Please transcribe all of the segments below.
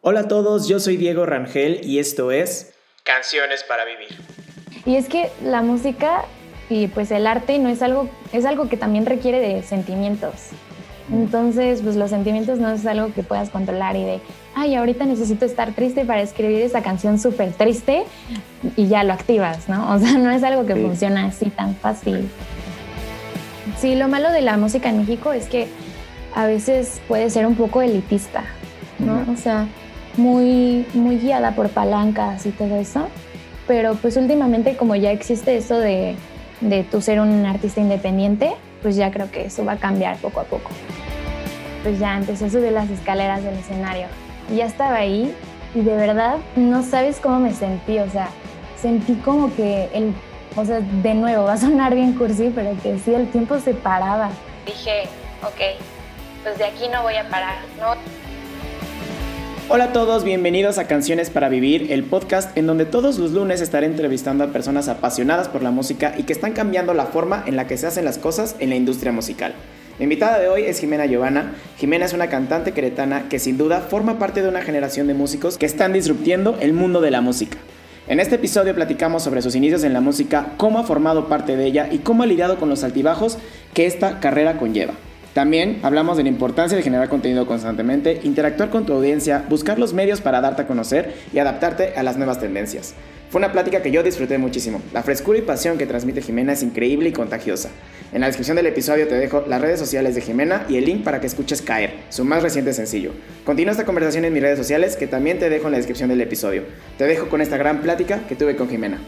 Hola a todos, yo soy Diego Rangel y esto es Canciones para Vivir. Y es que la música y pues el arte no es algo que también requiere de sentimientos. Entonces, pues los sentimientos no es algo que puedas controlar y de, ay, ahorita necesito estar triste para escribir esa canción súper triste y ya lo activas, ¿no? O sea, no es algo que funciona así tan fácil. Sí, lo malo de la música en México es que a veces puede ser un poco elitista, ¿no? O sea, muy guiada por palancas y todo eso, pero pues últimamente como ya existe eso de tú ser un artista independiente, pues ya creo que eso va a cambiar poco a poco. Pues ya empecé a subir las escaleras del escenario y ya estaba ahí y de verdad no sabes cómo me sentí, o sea, sentí como que de nuevo va a sonar bien cursi, pero que sí, el tiempo se paraba. Dije, ok, pues de aquí no voy a parar, ¿no? Hola a todos, bienvenidos a Canciones para Vivir, el podcast en donde todos los lunes estaré entrevistando a personas apasionadas por la música y que están cambiando la forma en la que se hacen las cosas en la industria musical. La invitada de hoy es Jimena Giovanna. Jimena es una cantante queretana que sin duda forma parte de una generación de músicos que están disruptiendo el mundo de la música. En este episodio platicamos sobre sus inicios en la música, cómo ha formado parte de ella y cómo ha lidiado con los altibajos que esta carrera conlleva. También hablamos de la importancia de generar contenido constantemente, interactuar con tu audiencia, buscar los medios para darte a conocer y adaptarte a las nuevas tendencias. Fue una plática que yo disfruté muchísimo. La frescura y pasión que transmite Jimena es increíble y contagiosa. En la descripción del episodio te dejo las redes sociales de Jimena y el link para que escuches Caer, su más reciente sencillo. Continúa esta conversación en mis redes sociales que también te dejo en la descripción del episodio. Te dejo con esta gran plática que tuve con Jimena.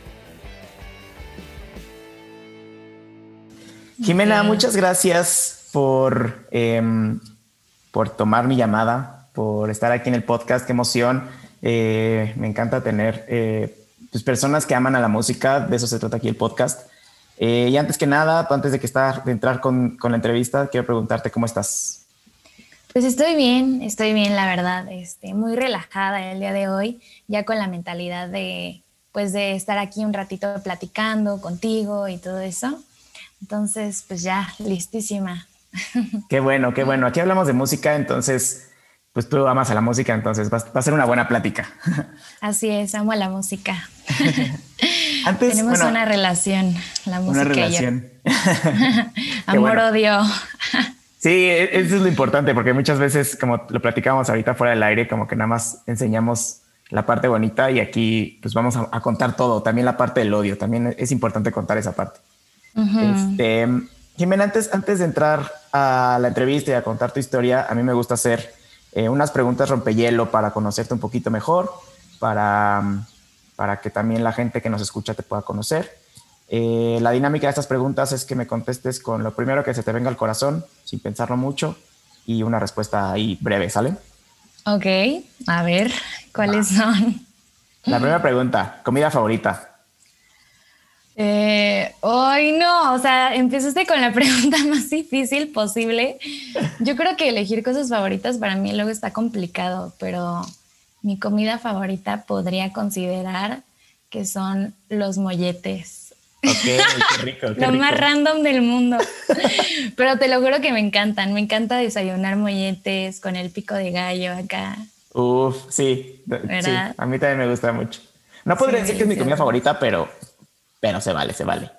Jimena, muchas gracias por tomar mi llamada, por estar aquí en el podcast. Qué emoción. Me encanta tener pues personas que aman a la música. De eso se trata aquí el podcast. Y antes que nada, antes de entrar con la entrevista, quiero preguntarte cómo estás. Pues estoy bien, la verdad. Muy relajada el día de hoy, ya con la mentalidad de estar aquí un ratito platicando contigo y todo eso. Entonces, pues ya, listísima. Qué bueno, qué bueno. Aquí hablamos de música, entonces, pues tú amas a la música, entonces va a ser una buena plática. Así es, amo a la música. Tenemos una relación, la música. Una relación. Amor-odio. Sí, eso es lo importante, porque muchas veces, como lo platicábamos ahorita fuera del aire, como que nada más enseñamos la parte bonita y aquí pues vamos a contar todo, también la parte del odio, también es importante contar esa parte. Uh-huh. Jimena, antes de entrar a la entrevista y a contar tu historia, a mí me gusta hacer unas preguntas rompehielo para conocerte un poquito mejor, para que también la gente que nos escucha te pueda conocer. La dinámica de estas preguntas es que me contestes con lo primero que se te venga al corazón, sin pensarlo mucho, y una respuesta ahí breve, ¿sale? Ok, a ver, ¿cuáles son? La primera pregunta, ¿comida favorita? Hoy no, o sea, empezaste con la pregunta más difícil posible. Yo creo que elegir cosas favoritas para mí luego está complicado, pero mi comida favorita podría considerar que son los molletes. Ok, qué rico. Lo más random del mundo. Pero te lo juro que me encantan. Me encanta desayunar molletes con el pico de gallo acá. Uf, sí. ¿Verdad? Sí, a mí también me gusta mucho. No podría decir que es mi comida favorita, pero se vale. Se vale.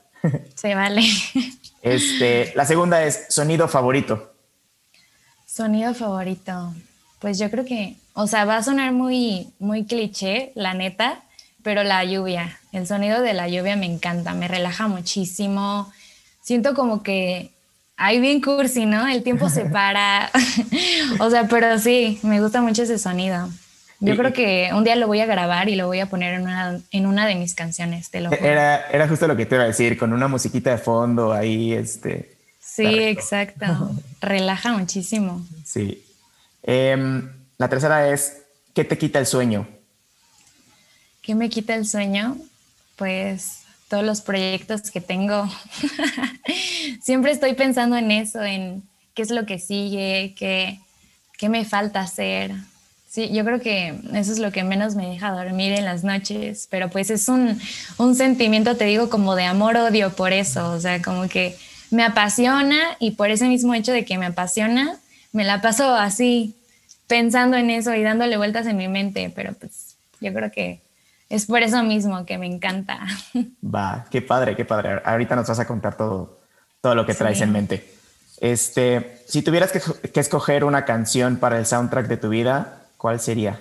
La segunda es sonido favorito. Sonido favorito. Pues yo creo que, o sea, va a sonar muy cliché, la neta, pero la lluvia, el sonido de la lluvia me encanta, me relaja muchísimo. Siento como que, ay, bien cursi, ¿no? El tiempo se para. O sea, pero sí, me gusta mucho ese sonido. Yo creo que un día lo voy a grabar y lo voy a poner en una de mis canciones, te lo juro. Era justo lo que te iba a decir, con una musiquita de fondo ahí, Sí, exacto. Relaja muchísimo. Sí. La tercera es, ¿qué te quita el sueño? ¿Qué me quita el sueño? Pues todos los proyectos que tengo. Siempre estoy pensando en eso, en qué es lo que sigue, qué me falta hacer. Sí, yo creo que eso es lo que menos me deja dormir en las noches, pero pues es un sentimiento, te digo, como de amor-odio por eso, o sea, como que me apasiona y por ese mismo hecho de que me apasiona, me la paso así pensando en eso y dándole vueltas en mi mente, pero pues yo creo que es por eso mismo que me encanta. Va, qué padre, qué padre. Ahorita nos vas a contar todo lo que traes en Sí. mente. Si tuvieras que escoger una canción para el soundtrack de tu vida, ¿cuál sería?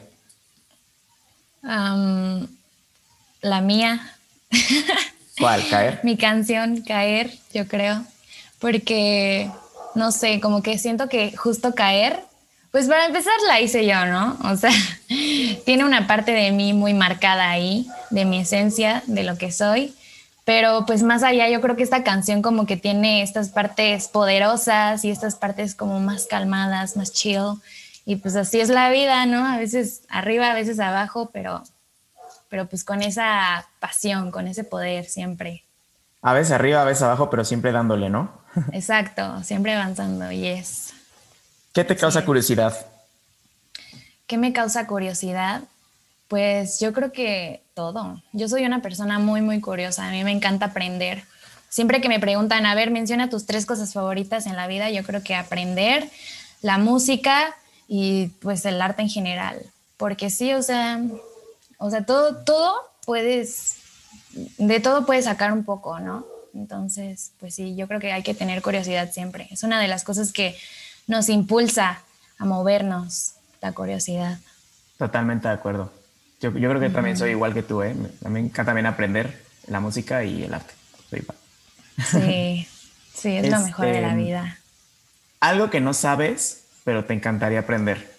Am, la mía, ¿Cuál? ¿Caer? mi canción, Caer, yo creo, porque, no sé, como que siento que justo Caer, pues para empezar la hice yo, ¿no? O sea, tiene una parte de mí muy marcada ahí, de mi esencia, de lo que soy, pero pues más allá yo creo que esta canción como que tiene estas partes poderosas y estas partes como más calmadas, más chill, y pues así es la vida, ¿no? A veces arriba, a veces abajo, pero pues con esa pasión, con ese poder siempre. A veces arriba, a veces abajo, pero siempre dándole, ¿no? Exacto, siempre avanzando, yes. ¿Qué te Sí causa es. curiosidad? ¿Qué me causa curiosidad? Pues yo creo que todo. Yo soy una persona muy, muy curiosa. A mí me encanta aprender. Siempre que me preguntan, a ver, menciona tus 3 cosas favoritas en la vida, yo creo que aprender, la música y pues el arte en general. Porque sí, o sea, todo puedes, de todo puedes sacar un poco, ¿no? Entonces, pues sí, yo creo que hay que tener curiosidad siempre. Es una de las cosas que nos impulsa a movernos, la curiosidad. Totalmente de acuerdo. Yo creo que también soy igual que tú, ¿eh? A mí me encanta también aprender la música y el arte. Soy igual. Sí, sí, es lo mejor de la vida. Algo que no sabes, pero te encantaría aprender.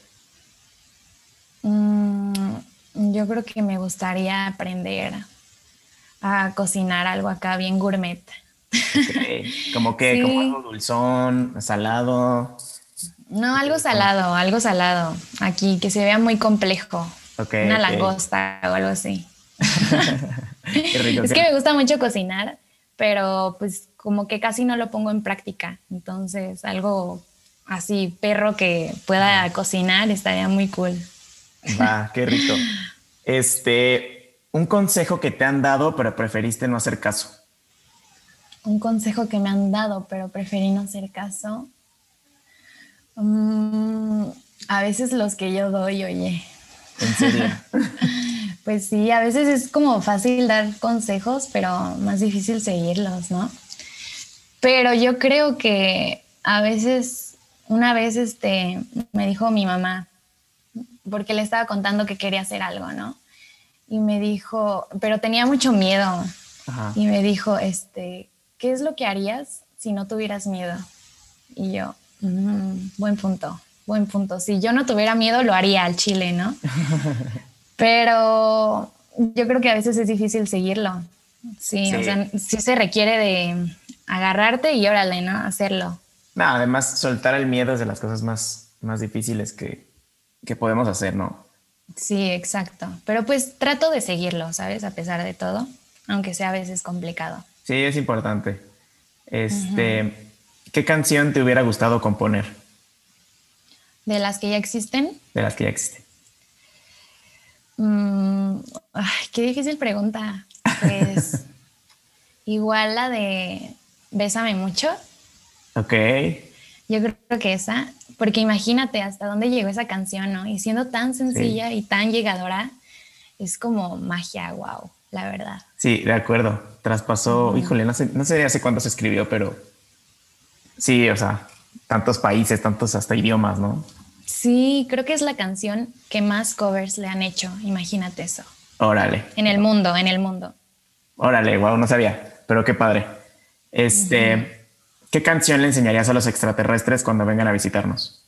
Mm, yo creo que me gustaría aprender a cocinar algo acá bien gourmet. Ok. Como que, como Sí, algo dulzón, salado. no, ¿Qué te algo gusta más? salado, algo salado. Aquí, que se vea muy complejo. Ok, Una ok. langosta o algo así. Qué rico. Es que me gusta mucho cocinar, pero pues como que casi no lo pongo en práctica. Entonces, algo así, perro que pueda cocinar estaría muy cool. Va, qué rico. Un consejo que te han dado, pero preferiste no hacer caso. Un consejo que me han dado, pero preferí no hacer caso. Mm, a veces los que yo doy, oye. En serio. Pues sí, a veces es como fácil dar consejos, pero más difícil seguirlos, ¿no? Pero yo creo que a veces, una vez me dijo mi mamá, porque le estaba contando que quería hacer algo, ¿no? Y me dijo, pero tenía mucho miedo. Ajá. Y me dijo, ¿qué es lo que harías si no tuvieras miedo? Y yo, buen punto, buen punto. Si yo no tuviera miedo, lo haría al chile, ¿no? Pero yo creo que a veces es difícil seguirlo. Sí, o Sí. sea, sí se requiere de agarrarte y órale, ¿no? Hacerlo. No, además, soltar el miedo es de las cosas más difíciles que podemos hacer, ¿no? Sí, exacto. Pero pues trato de seguirlo, ¿sabes? A pesar de todo, aunque sea a veces complicado. Sí, es importante. ¿Qué canción te hubiera gustado componer De las que ya existen, de las que ya existen? qué difícil pregunta. Pues igual la de Bésame mucho. Ok. Yo creo que esa, porque imagínate hasta dónde llegó esa canción, ¿no? Y siendo tan Sí. sencilla y tan llegadora, es como magia, wow, la verdad. Sí, de acuerdo. Traspasó, híjole, no sé hace cuánto se escribió, pero sí, o sea, tantos países, tantos hasta idiomas, ¿no? Sí, creo que es la canción que más covers le han hecho, imagínate eso. Órale, En el mundo, en el mundo. órale, wow, no sabía, pero qué padre. ¿Qué canción le enseñarías a los extraterrestres cuando vengan a visitarnos?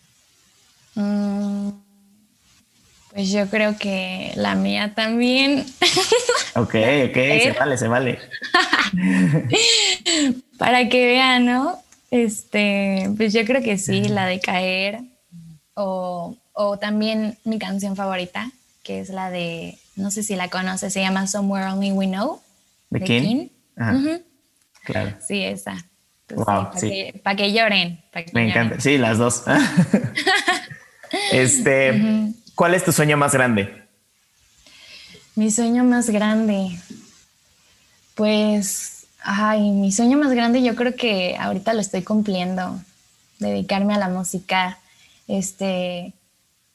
Mm, pues yo creo que la mía también. Ok, ok, se Caer, vale, se vale. para que vean, ¿no? Pues yo creo que sí, la de Caer. O también mi canción favorita, que es la de, no sé si la conoces, se llama Somewhere Only We Know, ¿De de King. quién? Ajá, Ujú. claro. Sí, esa. Pues sí, Wow, para sí, que lloren, para que me lloren. encanta. Sí, las dos. ¿Cuál es tu sueño más grande? Mi sueño más grande, pues, ay, mi sueño más grande yo creo que ahorita lo estoy cumpliendo, dedicarme a la música, este,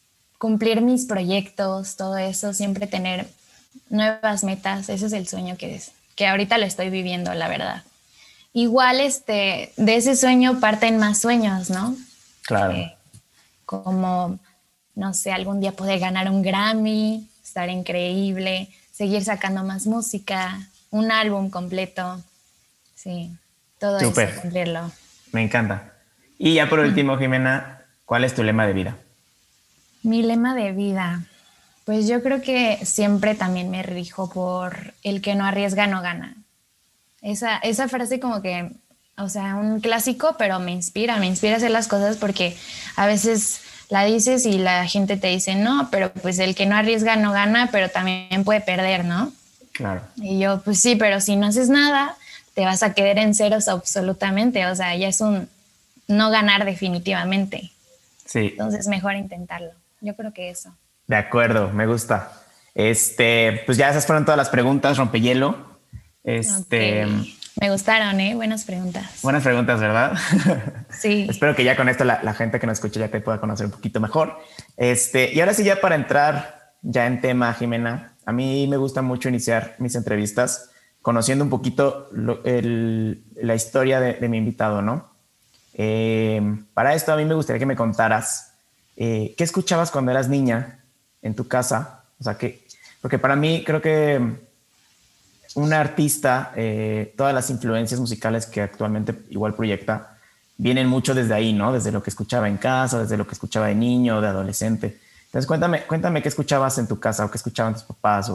cumplir mis proyectos, todo eso, siempre tener nuevas metas. Ese es el sueño que ahorita lo estoy viviendo, la verdad. Igual de ese sueño parten más sueños, ¿no? Claro. Como, no sé, algún día poder ganar un Grammy, estar increíble, seguir sacando más música, un álbum completo. Sí, todo Súper. eso, cumplirlo. Me encanta. Y ya por último, Jimena, ¿cuál es tu lema de vida? Mi lema de vida, pues yo creo que siempre también me rijo por el que no arriesga no gana. Esa frase como que, o sea, un clásico, pero me inspira a hacer las cosas porque a veces la dices y la gente te dice, no, pero pues el que no arriesga no gana, pero también puede perder, ¿no? Claro. Y yo, pues sí, pero si no haces nada, te vas a quedar en ceros absolutamente, o sea, ya es un no ganar definitivamente. Sí. Entonces mejor intentarlo. Yo creo que eso. De acuerdo, me gusta. Pues ya esas fueron todas las preguntas, rompehielo. Okay. Me gustaron, buenas preguntas. Buenas preguntas, ¿verdad? Sí. Espero que ya con esto la gente que nos escucha ya te pueda conocer un poquito mejor. Y ahora sí, ya para entrar ya en tema, Jimena, a mí me gusta mucho iniciar mis entrevistas conociendo un poquito la historia de mi invitado, ¿no? Para esto a mí me gustaría que me contaras qué escuchabas cuando eras niña en tu casa. O sea, porque para mí creo que un artista, todas las influencias musicales que actualmente igual proyecta, vienen mucho desde ahí, ¿no? Desde lo que escuchaba en casa, desde lo que escuchaba de niño, de adolescente. Entonces cuéntame qué escuchabas en tu casa o qué escuchaban tus papás.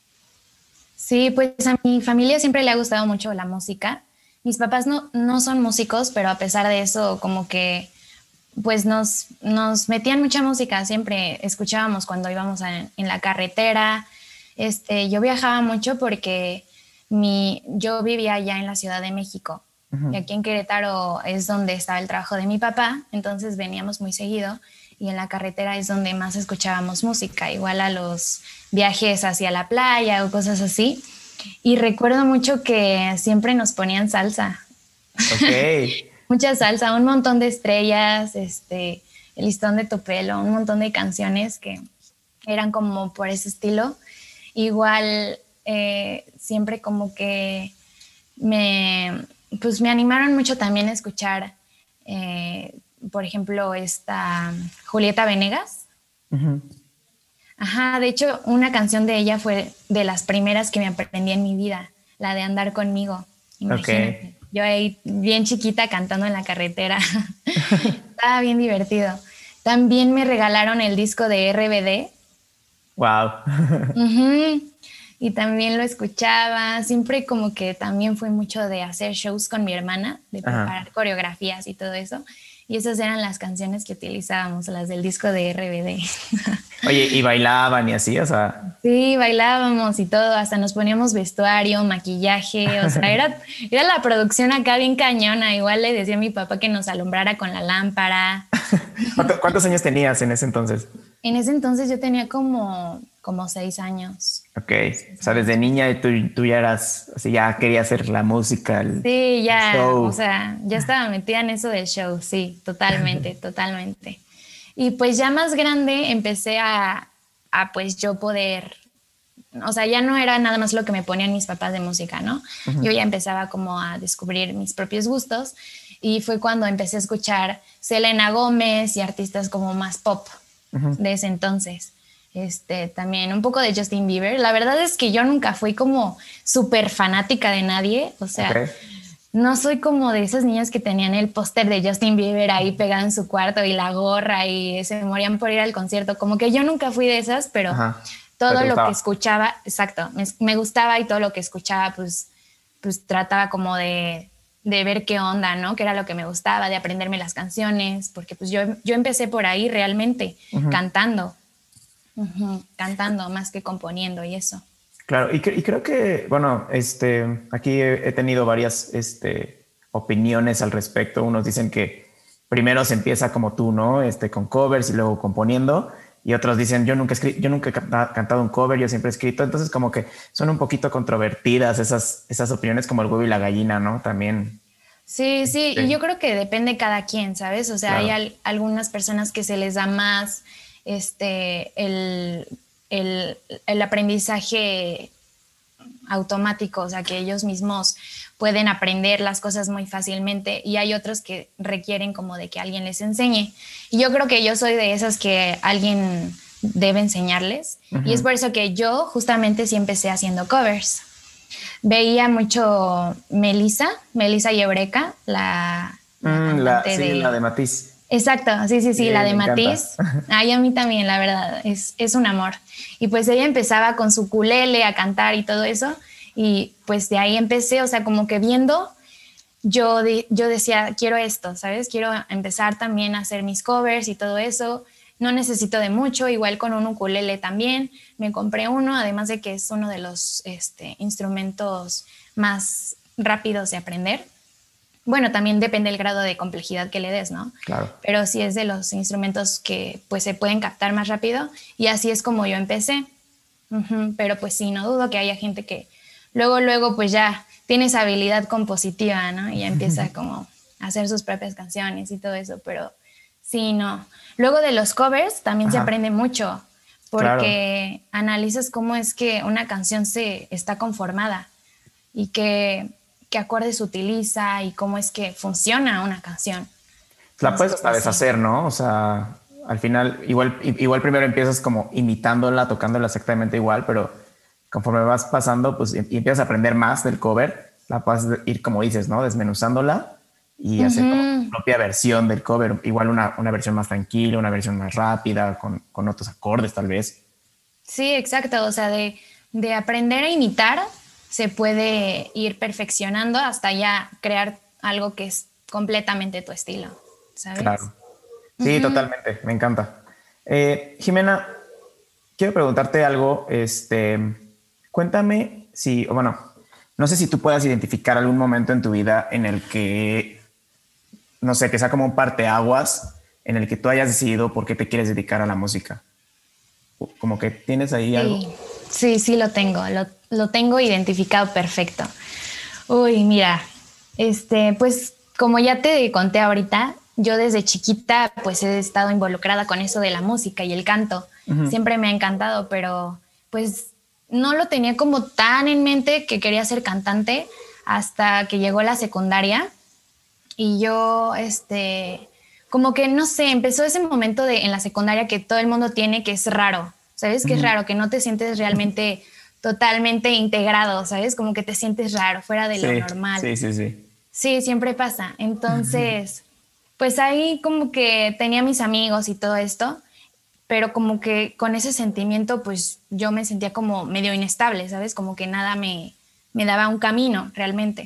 Sí, pues a mi familia siempre le ha gustado mucho la música. Mis papás no son músicos, pero a pesar de eso, como que pues nos metían mucha música. Siempre escuchábamos cuando íbamos en la carretera. Yo viajaba mucho porque yo vivía allá en la Ciudad de México. Uh-huh. Y aquí en Querétaro es donde estaba el trabajo de mi papá, entonces veníamos muy seguido y en la carretera es donde más escuchábamos música, igual a los viajes hacia la playa o cosas así. Y recuerdo mucho que siempre nos ponían salsa. Okay. Mucha salsa, un montón de estrellas, El listón de tu pelo, un montón de canciones que eran como por ese estilo. Igual siempre como que me animaron mucho también a escuchar, por ejemplo, esta Julieta Venegas. Uh-huh. Ajá, de hecho, una canción de ella fue de las primeras que me aprendí en mi vida, la de Andar conmigo. Imagínate. Okay. Yo ahí bien chiquita cantando en la carretera. Estaba bien divertido. También me regalaron el disco de RBD. Wow. Uh-huh. Y también lo escuchaba. Siempre como que también fue mucho de hacer shows con mi hermana, de preparar coreografías y todo eso. Y esas eran las canciones que utilizábamos, las del disco de RBD. Oye, ¿y bailaban y así? O sea... Sí, bailábamos y todo. Hasta nos poníamos vestuario, maquillaje. O sea, era la producción acá bien cañona. Igual le decía a mi papá que nos alumbrara con la lámpara. ¿Cuántos años tenías en ese entonces? En ese entonces yo tenía como 6 años. Ok, o sea, desde niña tú ya eras, así ya querías hacer la música, sí, ya, show. O sea, ya estaba metida en eso del show, sí, totalmente, totalmente. Y pues ya más grande empecé a pues yo poder, o sea, ya no era nada más lo que me ponían mis papás de música, ¿no? Uh-huh. Yo ya empezaba como a descubrir mis propios gustos y fue cuando empecé a escuchar Selena Gómez y artistas como más pop uh-huh. de ese entonces. También un poco de Justin Bieber. La verdad es que yo nunca fui como súper fanática de nadie. O sea, no soy como de esas niñas que tenían el póster de Justin Bieber ahí pegado en su cuarto y la gorra y se morían por ir al concierto. Como que yo nunca fui de esas, pero ajá. Todo lo que escuchaba, exacto, me gustaba y todo lo que escuchaba, pues trataba como de ver qué onda, ¿no? Qué era lo que me gustaba, de aprenderme las canciones, porque pues yo empecé por ahí realmente, uh-huh. cantando. Uh-huh. Cantando más que componiendo y eso. Claro, y creo que, bueno, aquí he tenido varias opiniones al respecto. Unos dicen que primero se empieza como tú, ¿no? Con covers y luego componiendo. Y otros dicen, yo nunca he cantado un cover, yo siempre he escrito. Entonces como que son un poquito controvertidas esas opiniones, como el huevo y la gallina, ¿no? También. Sí, y yo creo que depende cada quien, ¿sabes? O sea, claro. Hay algunas personas que se les da más el aprendizaje automático, o sea, que ellos mismos pueden aprender las cosas muy fácilmente, y hay otros que requieren como de que alguien les enseñe. Y yo creo que yo soy de esas que alguien debe enseñarles. Y es por eso que yo justamente sí empecé haciendo covers. Veía mucho Melissa y Eureka, la de Matiz. Exacto, sí, la de Matiz. Ay, a mí también, la verdad, es un amor. Y pues ella empezaba con su ukulele a cantar y todo eso, y pues de ahí empecé, o sea, como que viendo, yo decía, quiero esto, ¿sabes? Quiero empezar también a hacer mis covers y todo eso. No necesito de mucho, igual con un ukulele también. Me compré uno, además de que es uno de los instrumentos más rápidos de aprender. Bueno, también depende del grado de complejidad que le des, ¿no? Claro. Pero sí es de los instrumentos que pues se pueden captar más rápido, y así es como yo empecé. Pero pues sí, no dudo que haya gente que luego pues ya tiene esa habilidad compositiva, ¿no? Y ya empieza como a hacer sus propias canciones y todo eso, pero sí, no. Luego de los covers también se aprende mucho, porque analizas cómo es que una canción se está conformada y qué acordes utiliza y cómo es que funciona una canción. La puedes hasta deshacer, ¿no? O sea, al final igual primero empiezas como imitándola, tocándola exactamente igual, pero conforme vas pasando, pues y empiezas a aprender más del cover, la puedes ir, como dices, ¿no? Desmenuzándola y hacer como tu propia versión del cover. Igual una versión más tranquila, una versión más rápida, con otros acordes tal vez. Sí, exacto. O sea, de aprender a imitar se puede ir perfeccionando hasta ya crear algo que es completamente tu estilo, ¿sabes? Claro. Sí, totalmente. Me encanta. Jimena, quiero preguntarte algo. Cuéntame no sé si tú puedas identificar algún momento en tu vida en el que, no sé, que sea como un parteaguas en el que tú hayas decidido por qué te quieres dedicar a la música. Como que tienes ahí algo. Sí, lo tengo. Lo tengo identificado perfecto. Uy, mira, pues como ya te conté ahorita, yo desde chiquita pues he estado involucrada con eso de la música y el canto. Siempre me ha encantado, pero pues no lo tenía como tan en mente que quería ser cantante hasta que llegó la secundaria, y yo como que no sé, empezó ese momento en la secundaria que todo el mundo tiene, que es raro, ¿sabes? Que es raro, que no te sientes realmente totalmente integrado, ¿sabes? Como que te sientes raro, fuera de lo normal. Sí. Sí, siempre pasa. Entonces, pues ahí como que tenía mis amigos y todo esto, pero como que con ese sentimiento, pues yo me sentía como medio inestable, ¿sabes? Como que nada me daba un camino realmente.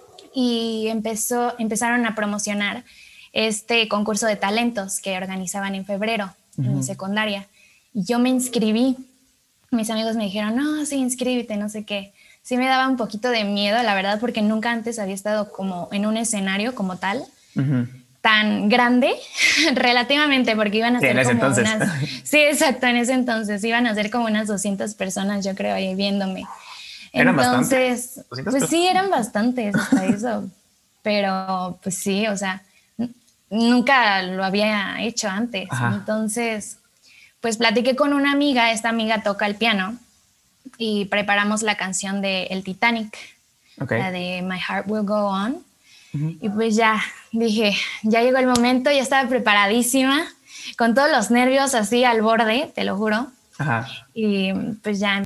Y empezaron a promocionar este concurso de talentos que organizaban en febrero en mi secundaria. Y yo me inscribí. Mis amigos me dijeron, no, sí, inscríbete, no sé qué. Sí me daba un poquito de miedo, la verdad, porque nunca antes había estado como en un escenario como tal, tan grande, relativamente, porque iban a ser como unas... Sí, exacto, en ese entonces iban a ser como unas 200 personas, yo creo, ahí viéndome. Entonces, pues sí, eran bastantes hasta eso, pero pues sí, o sea, nunca lo había hecho antes. Entonces, pues platiqué con una amiga, esta amiga toca el piano, y preparamos la canción de El Titanic, la de My Heart Will Go On. Y pues ya dije, ya llegó el momento, ya estaba preparadísima, con todos los nervios así al borde, te lo juro. Y pues ya.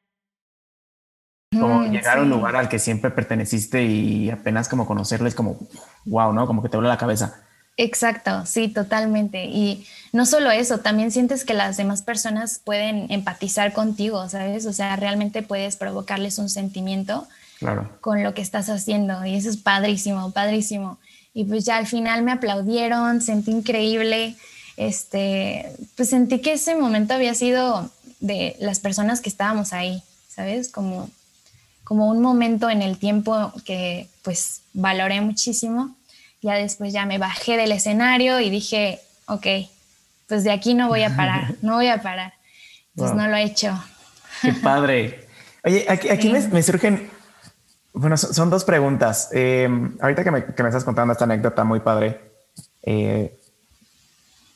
Como llegar a un lugar al que siempre perteneciste y apenas como conocerlo es como, wow, ¿no? Como que te vuela la cabeza. Exacto, sí, totalmente. Y no solo eso, también sientes que las demás personas pueden empatizar contigo, ¿sabes? O sea, realmente puedes provocarles un sentimiento con lo que estás haciendo, y eso es padrísimo, padrísimo. Y pues ya al final me aplaudieron, sentí increíble, pues sentí que ese momento había sido de las personas que estábamos ahí, ¿sabes? Como un momento en el tiempo que pues valoré muchísimo. Ya después ya me bajé del escenario y dije, ok, pues de aquí no voy a parar, no voy a parar. Pues no lo he hecho. Qué padre. Oye, aquí me surgen, bueno, son dos preguntas. Ahorita que me estás contando esta anécdota muy padre,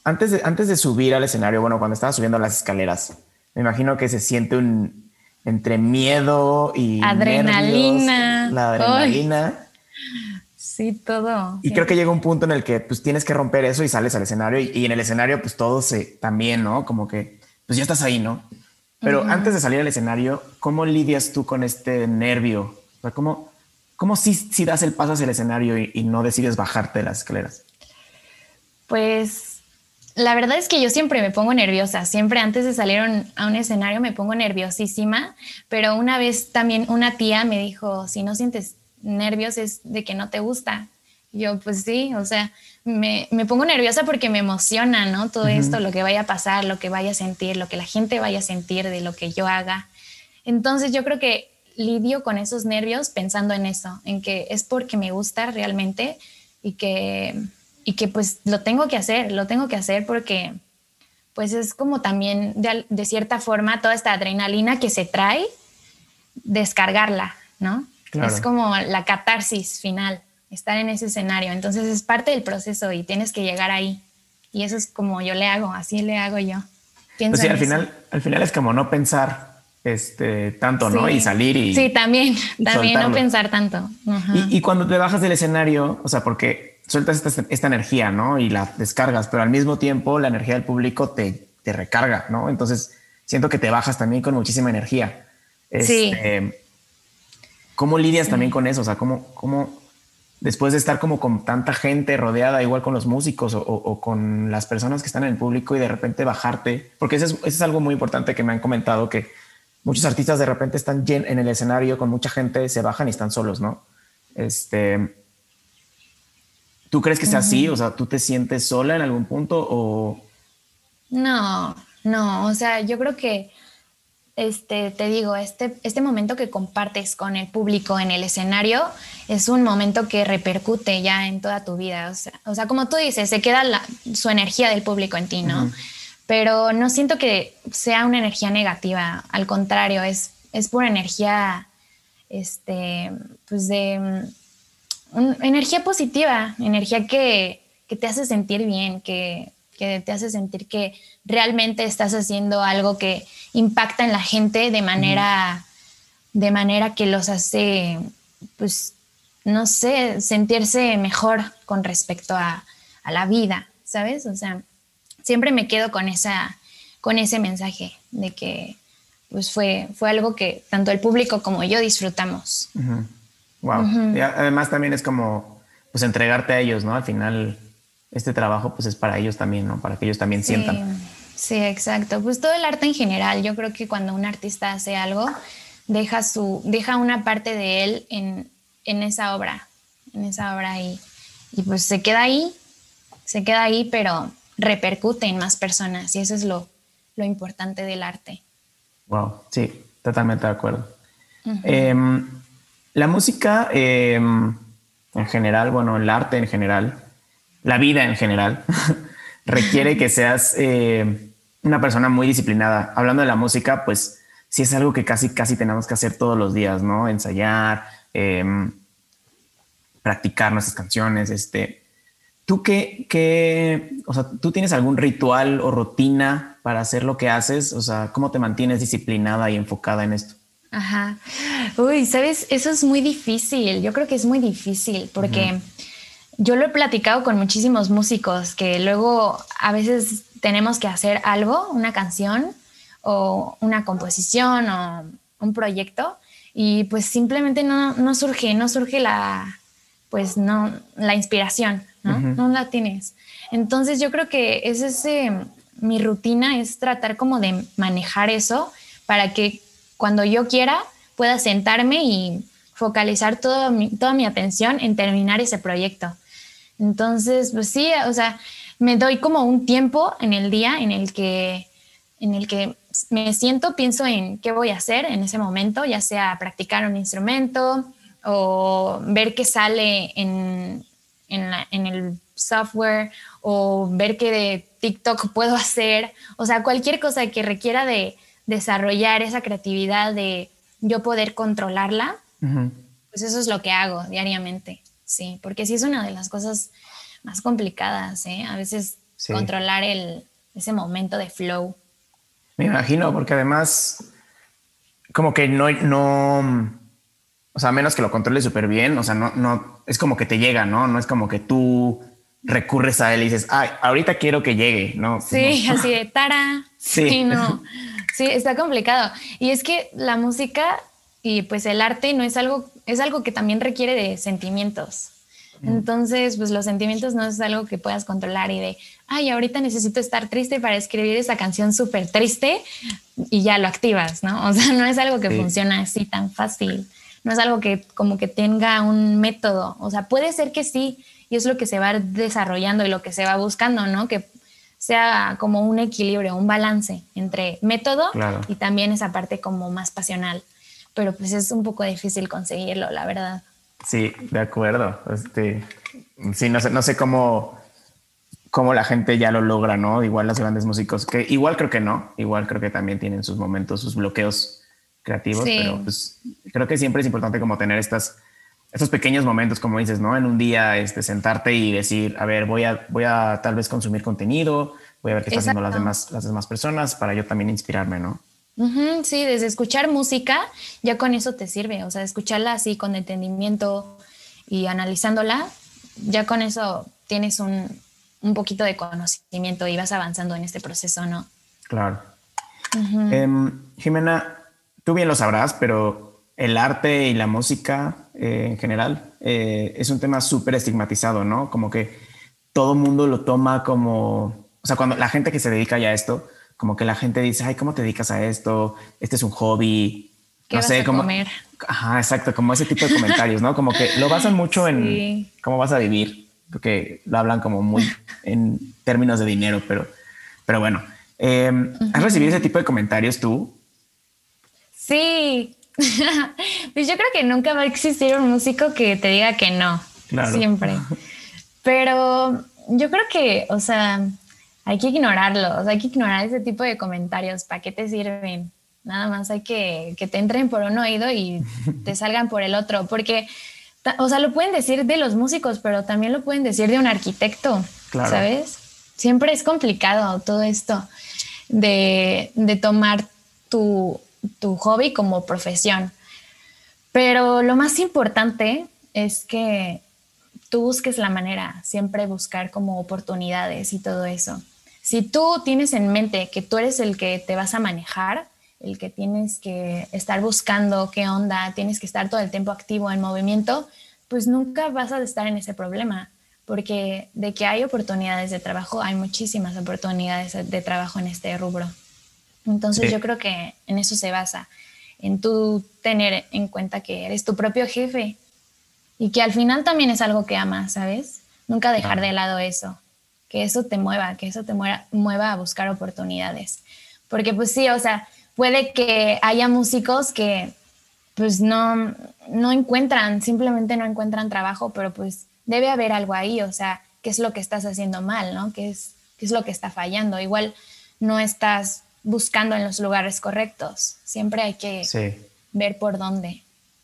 antes de subir al escenario, bueno, cuando estabas subiendo las escaleras, me imagino que se siente entre miedo y Adrenalina. nervios, la adrenalina. Ay, sí, todo. Y creo que llega un punto en el que pues tienes que romper eso y sales al escenario y en el escenario pues todo también, ¿no? Como que pues ya estás ahí, ¿no? Pero antes de salir al escenario, ¿cómo lidias tú con este nervio? O sea, ¿cómo si das el paso hacia el escenario y no decides bajarte de las escaleras? Pues la verdad es que yo siempre me pongo nerviosa, siempre antes de salir a un escenario me pongo nerviosísima, pero una vez también una tía me dijo, si no sientes nervios es de que no te gusta. Y yo, pues sí, o sea, me pongo nerviosa porque me emociona, ¿no? Todo esto, lo que vaya a pasar, lo que vaya a sentir, lo que la gente vaya a sentir de lo que yo haga. Entonces yo creo que lidio con esos nervios pensando en eso, en que es porque me gusta realmente y que pues lo tengo que hacer porque pues es como también de cierta forma toda esta adrenalina que se trae, descargarla, ¿no? Claro. Es como la catarsis final, estar en ese escenario. Entonces es parte del proceso y tienes que llegar ahí. Y eso es como yo le hago, así le hago yo. Pienso pues sí, al final es como no pensar tanto, sí, ¿no? Y salir y sí, también no pensar tanto. Y cuando te bajas del escenario, o sea, porque sueltas esta energía, ¿no? Y la descargas, pero al mismo tiempo la energía del público te recarga, ¿no? Entonces siento que te bajas también con muchísima energía. Sí. ¿Cómo lidias también con eso? O sea, ¿cómo después de estar como con tanta gente rodeada, igual con los músicos o con las personas que están en el público y de repente bajarte? Porque eso es algo muy importante que me han comentado, que muchos artistas de repente están en el escenario con mucha gente, se bajan y están solos, ¿no? ¿Tú crees que sea así? O sea, ¿tú te sientes sola en algún punto o...? No, o sea, yo creo que te digo, este momento que compartes con el público en el escenario es un momento que repercute ya en toda tu vida. O sea como tú dices, se queda su energía del público en ti, ¿no? Pero no siento que sea una energía negativa. Al contrario, es pura energía, pues energía positiva, energía que te hace sentir bien, que te hace sentir que realmente estás haciendo algo que impacta en la gente de manera que los hace, pues, no sé, sentirse mejor con respecto a la vida, ¿sabes? O sea, siempre me quedo con ese mensaje de que pues fue algo que tanto el público como yo disfrutamos. Wow. Y además también es como pues entregarte a ellos, ¿no? Al final este trabajo pues es para ellos también, ¿no? Para que ellos también sientan. Sí, exacto. Pues todo el arte en general, yo creo que cuando un artista hace algo, deja una parte de él en esa obra y pues se queda ahí, pero repercute en más personas y eso es lo importante del arte. Wow, sí, totalmente de acuerdo. La música en general, bueno, el arte en general, la vida en general, requiere que seas una persona muy disciplinada. Hablando de la música, pues sí es algo que casi tenemos que hacer todos los días, ¿no? Ensayar, practicar nuestras canciones. ¿Tú o sea, tú tienes algún ritual o rutina para hacer lo que haces? O sea, ¿cómo te mantienes disciplinada y enfocada en esto? Ajá. Uy, ¿sabes? Eso es muy difícil. Yo creo que es muy difícil porque yo lo he platicado con muchísimos músicos que luego a veces tenemos que hacer algo, una canción o una composición o un proyecto y pues simplemente no surge la inspiración, ¿no? No la tienes. Entonces yo creo que mi rutina es tratar como de manejar eso para que cuando yo quiera pueda sentarme y focalizar toda mi atención en terminar ese proyecto. Entonces, pues sí, o sea, me doy como un tiempo en el día en el que me siento, pienso en qué voy a hacer en ese momento, ya sea practicar un instrumento o ver qué sale en el software o ver qué de TikTok puedo hacer. O sea, cualquier cosa que requiera de desarrollar esa creatividad de yo poder controlarla, pues eso es lo que hago diariamente, sí, porque sí es una de las cosas más complicadas, ¿eh? A veces Sí. controlar ese momento de flow. Me imagino, porque además como que no, o sea, a menos que lo controles súper bien, o sea, no, es como que te llega, ¿no? No es como que tú recurres a él y dices, ay, ahorita quiero que llegue, ¿no? Pues Sí, no. así de tara. Sí. Sí, no. Sí, está complicado. Y es que la música y pues el arte no es algo que también requiere de sentimientos. Entonces, pues los sentimientos no es algo que puedas controlar y de, ay, ahorita necesito estar triste para escribir esa canción súper triste y ya lo activas, ¿no? O sea, no es algo que Sí. funciona así tan fácil. No es algo que como que tenga un método. O sea, puede ser que sí, y es lo que se va desarrollando y lo que se va buscando, ¿no? Que sea como un equilibrio, un balance entre método Claro. y también esa parte como más pasional. Pero pues es un poco difícil conseguirlo, la verdad. Sí, de acuerdo. Sí, no sé cómo la gente ya lo logra, ¿no? Igual los grandes músicos, que igual creo que no, igual creo que también tienen sus momentos, sus bloqueos creativos, pero Sí, pues creo que siempre es importante como tener estos pequeños momentos, como dices, ¿no? En un día, sentarte y decir, a ver, voy a tal vez consumir contenido, voy a ver qué están haciendo exacto. las demás personas para yo también inspirarme, ¿no? Ujú, sí, desde escuchar música ya con eso te sirve, o sea, escucharla así con entendimiento y analizándola, ya con eso tienes un poquito de conocimiento y vas avanzando en este proceso, ¿no? Claro. Jimena, tú bien lo sabrás, pero el arte y la música en general es un tema súper estigmatizado, ¿no? Como que todo mundo lo toma como, o sea, cuando la gente que se dedica ya a esto, como que la gente dice, ay, ¿cómo te dedicas a esto? Este es un hobby, ¿Qué no vas sé, a como, comer? ajá, exacto, como ese tipo de comentarios, ¿no? Como que lo basan mucho en Sí. cómo vas a vivir, porque lo hablan como muy en términos de dinero, pero bueno. ¿Has recibido ese tipo de comentarios tú? Sí. Pues yo creo que nunca va a existir un músico que te diga que no, Claro. siempre. Pero yo creo que, o sea, hay que ignorarlos, hay que ignorar ese tipo de comentarios. ¿Para qué te sirven? Nada más hay que te entren por un oído y te salgan por el otro, porque, o sea, lo pueden decir de los músicos, pero también lo pueden decir de un arquitecto, Claro. ¿sabes? Siempre es complicado todo esto de tomar tu hobby como profesión. Pero lo más importante es que tú busques la manera, siempre buscar como oportunidades y todo eso. Si tú tienes en mente que tú eres el que te vas a manejar, el que tienes que estar buscando qué onda, tienes que estar todo el tiempo activo en movimiento, pues nunca vas a estar en ese problema, porque de que hay oportunidades de trabajo, hay muchísimas oportunidades de trabajo en este rubro. Entonces Sí. yo creo que en eso se basa, en tú tener en cuenta que eres tu propio jefe y que al final también es algo que amas, ¿sabes? Nunca dejar Claro. de lado eso, que eso te mueva, que eso te mueva a buscar oportunidades. Porque pues sí, o sea, puede que haya músicos que pues no encuentran, simplemente no encuentran trabajo, pero pues debe haber algo ahí, o sea, qué es lo que estás haciendo mal, ¿no? Qué es lo que está fallando? Igual no estás buscando en los lugares correctos, siempre hay que Sí. ver por dónde.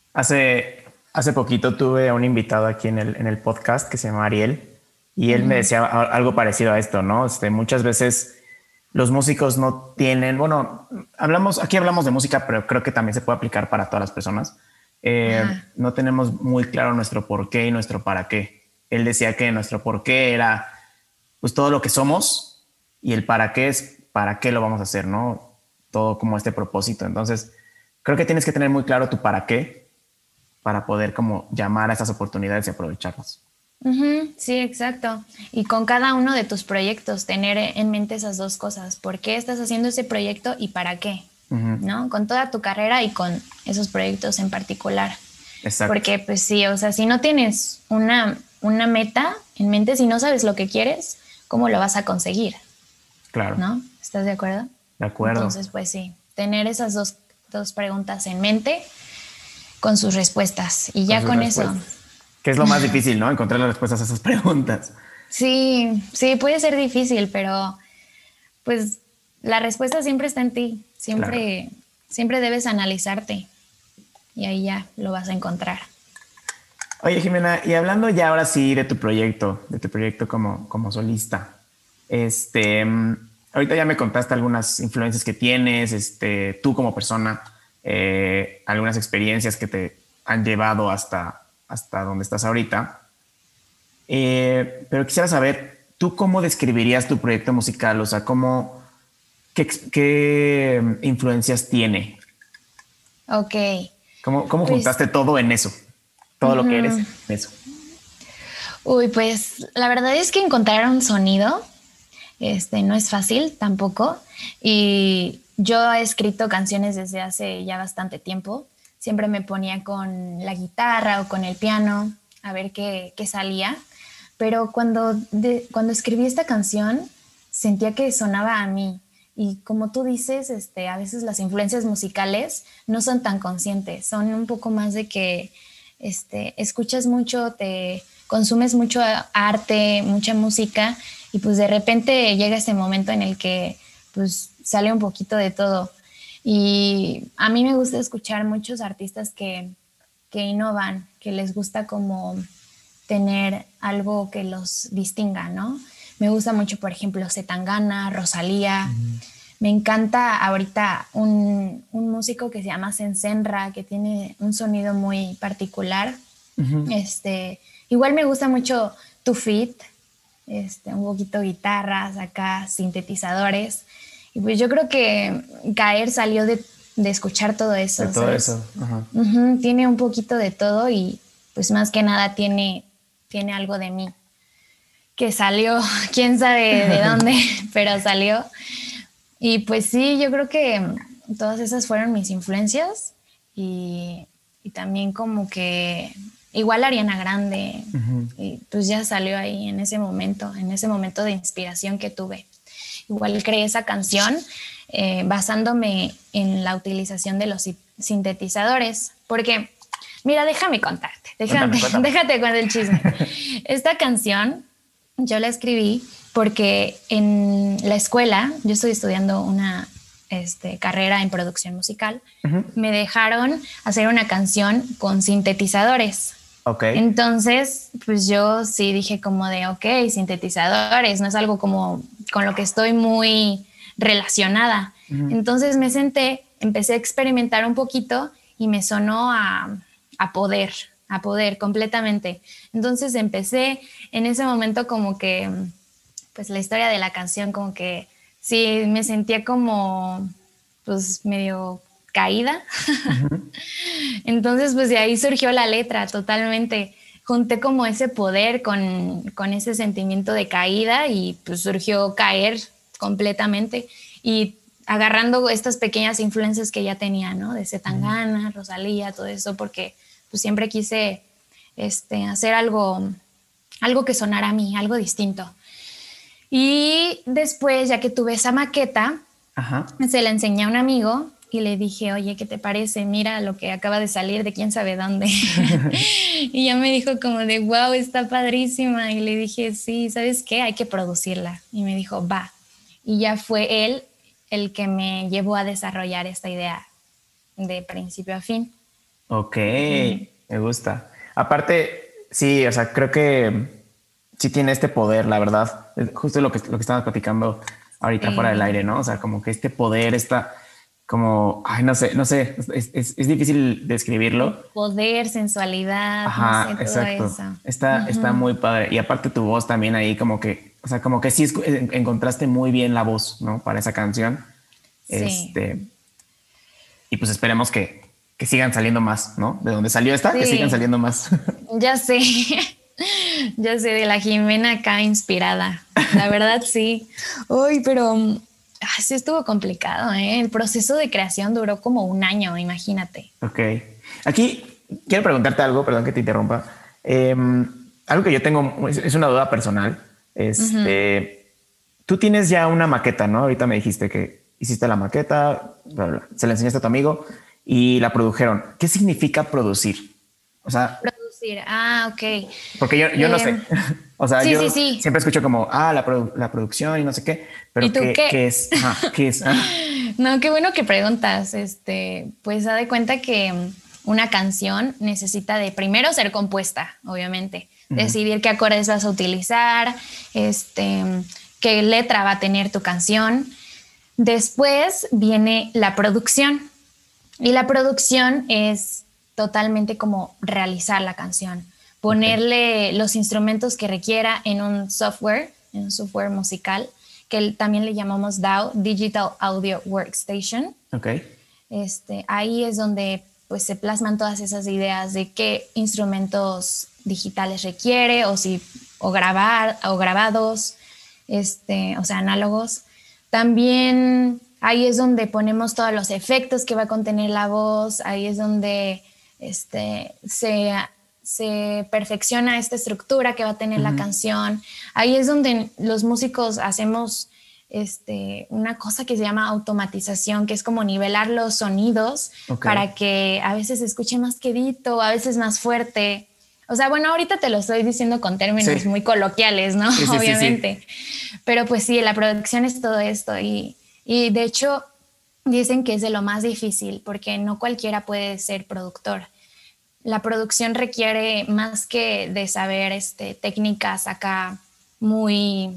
Hace poquito tuve a un invitado aquí en el podcast que se llama Ariel y él me decía algo parecido a esto, ¿no? Muchas veces los músicos no tienen, bueno, aquí hablamos de música, pero creo que también se puede aplicar para todas las personas. No tenemos muy claro nuestro por qué y nuestro para qué. Él decía que nuestro por qué era pues todo lo que somos y el para qué es para qué lo vamos a hacer, ¿no? Todo como este propósito. Entonces, creo que tienes que tener muy claro tu para qué para poder como llamar a estas oportunidades y aprovecharlas. Sí, exacto. Y con cada uno de tus proyectos, tener en mente esas dos cosas. ¿Por qué estás haciendo ese proyecto y para qué? ¿No? Con toda tu carrera y con esos proyectos en particular. Exacto. Porque, pues sí, o sea, si no tienes una meta en mente, si no sabes lo que quieres, ¿cómo lo vas a conseguir? Claro. ¿No? ¿Estás de acuerdo? De acuerdo. Entonces, pues sí, tener esas dos preguntas en mente con sus respuestas. Y ya con eso. Que es lo más difícil, ¿no? Encontrar las respuestas a esas preguntas. Sí, sí, puede ser difícil, pero pues la respuesta siempre está en ti. Siempre, Claro. siempre debes analizarte y ahí ya lo vas a encontrar. Oye, Jimena, y hablando ya ahora sí de tu proyecto como solista, Ahorita ya me contaste algunas influencias que tienes, tú como persona, algunas experiencias que te han llevado hasta donde estás ahorita. Pero quisiera saber, ¿tú cómo describirías tu proyecto musical? O sea, ¿qué influencias tiene? Ok. ¿Cómo Pues, juntaste todo en eso? Todo lo que eres en eso. uy, pues la verdad es que encontrar un sonido, no es fácil tampoco. Y yo he escrito canciones desde hace ya bastante tiempo. Siempre me ponía con la guitarra o con el piano a ver qué salía. Pero cuando escribí esta canción, sentía que sonaba a mí. Y como tú dices, a veces las influencias musicales no son tan conscientes, son un poco más de que escuchas mucho, te consumes mucho arte, mucha música, y pues de repente llega este momento en el que pues sale un poquito de todo. Y a mí me gusta escuchar muchos artistas que innovan, que les gusta como tener algo que los distinga, ¿no? Me gusta mucho, por ejemplo, Zetangana, Rosalía. Me encanta ahorita un músico que se llama Sensenra, que tiene un sonido muy particular. Igual me gusta mucho Tu Fit, un poquito guitarras, acá sintetizadores. Y pues yo creo que Caer salió de escuchar todo eso. De todo ¿sabes? eso. Ajá. Tiene un poquito de todo y pues más que nada tiene algo de mí que salió, quién sabe de dónde, pero salió. Y pues sí, yo creo que todas esas fueron mis influencias y también como que igual Ariana Grande, y pues ya salió ahí en ese momento de inspiración que tuve. Igual creé esa canción basándome en la utilización de los sintetizadores, porque mira, déjame contarte, Cuéntame. déjate con el chisme. Esta canción yo la escribí porque en la escuela, yo estoy estudiando una carrera en producción musical, me dejaron hacer una canción con sintetizadores. Ok. Entonces, pues yo sí dije como de, ok, sintetizadores, no es algo como con lo que estoy muy relacionada. Entonces me senté, empecé a experimentar un poquito y me sonó a poder completamente. Entonces empecé en ese momento como que, pues la historia de la canción como que sí me sentía como pues medio caída. Entonces pues de ahí surgió la letra totalmente. Junté como ese poder con ese sentimiento de caída y pues surgió Caer completamente y agarrando estas pequeñas influencias que ya tenía, ¿no? De Zetangana, Rosalía, todo eso, porque pues siempre quise hacer algo que sonara a mí, algo distinto. Y después, ya que tuve esa maqueta, se la enseñé a un amigo y le dije, oye, ¿qué te parece? Mira lo que acaba de salir de quién sabe dónde. Y ya me dijo como de, wow, está padrísima. Y le dije, sí, ¿sabes qué? Hay que producirla. Y me dijo, va. Y ya fue él el que me llevó a desarrollar esta idea de principio a fin. Ok, me gusta. Aparte, sí, o sea, creo que sí tiene este poder, la verdad. Es justo lo que estábamos platicando ahorita fuera del aire, ¿no? O sea, como que este poder está como, ay, no sé, es difícil describirlo. Poder, sensualidad, Ajá, no sé, todo exacto. eso. Está muy padre. Y aparte tu voz también ahí como que, o sea, como que sí encontraste muy bien la voz, ¿no? Para esa canción. Sí. Y pues esperemos que sigan saliendo más, ¿no? De donde salió esta, que sigan Sí, saliendo más. ya sé. Ya sé, de la Jimena acá inspirada. La verdad, sí. Uy, pero sí estuvo complicado, ¿eh? El proceso de creación duró como un año, imagínate. Ok. Aquí quiero preguntarte algo, perdón que te interrumpa. Algo que yo tengo, es una duda personal. Tú tienes ya una maqueta, ¿no? Ahorita me dijiste que hiciste la maqueta, bla, bla, se la enseñaste a tu amigo y la produjeron. ¿Qué significa producir? O sea, Producir, ok. porque yo no sé. O sea, Sí, yo sí, sí. siempre escucho como, la producción y no sé qué, pero ¿Y tú qué? ¿qué es? Ajá, ¿qué es? Ah, No, qué bueno que preguntas. Pues da de cuenta que una canción necesita de primero ser compuesta, obviamente. Decidir qué acordes vas a utilizar, qué letra va a tener tu canción. Después viene la producción. Y la producción es totalmente como realizar la canción, ponerle los instrumentos que requiera en un software musical, que también le llamamos DAW, Digital Audio Workstation. Okay. Ahí es donde pues se plasman todas esas ideas de qué instrumentos digitales requiere o grabados, o sea, análogos. También ahí es donde ponemos todos los efectos que va a contener la voz, ahí es donde se perfecciona esta estructura que va a tener la canción. Ahí es donde los músicos hacemos una cosa que se llama automatización, que es como nivelar los sonidos para que a veces se escuche más quedito, a veces más fuerte. O sea, bueno, ahorita te lo estoy diciendo con términos muy coloquiales, ¿no? Sí, obviamente. Sí. Pero pues sí, la producción es todo esto y de hecho dicen que es de lo más difícil porque no cualquiera puede ser productor. La producción requiere más que de saber técnicas acá muy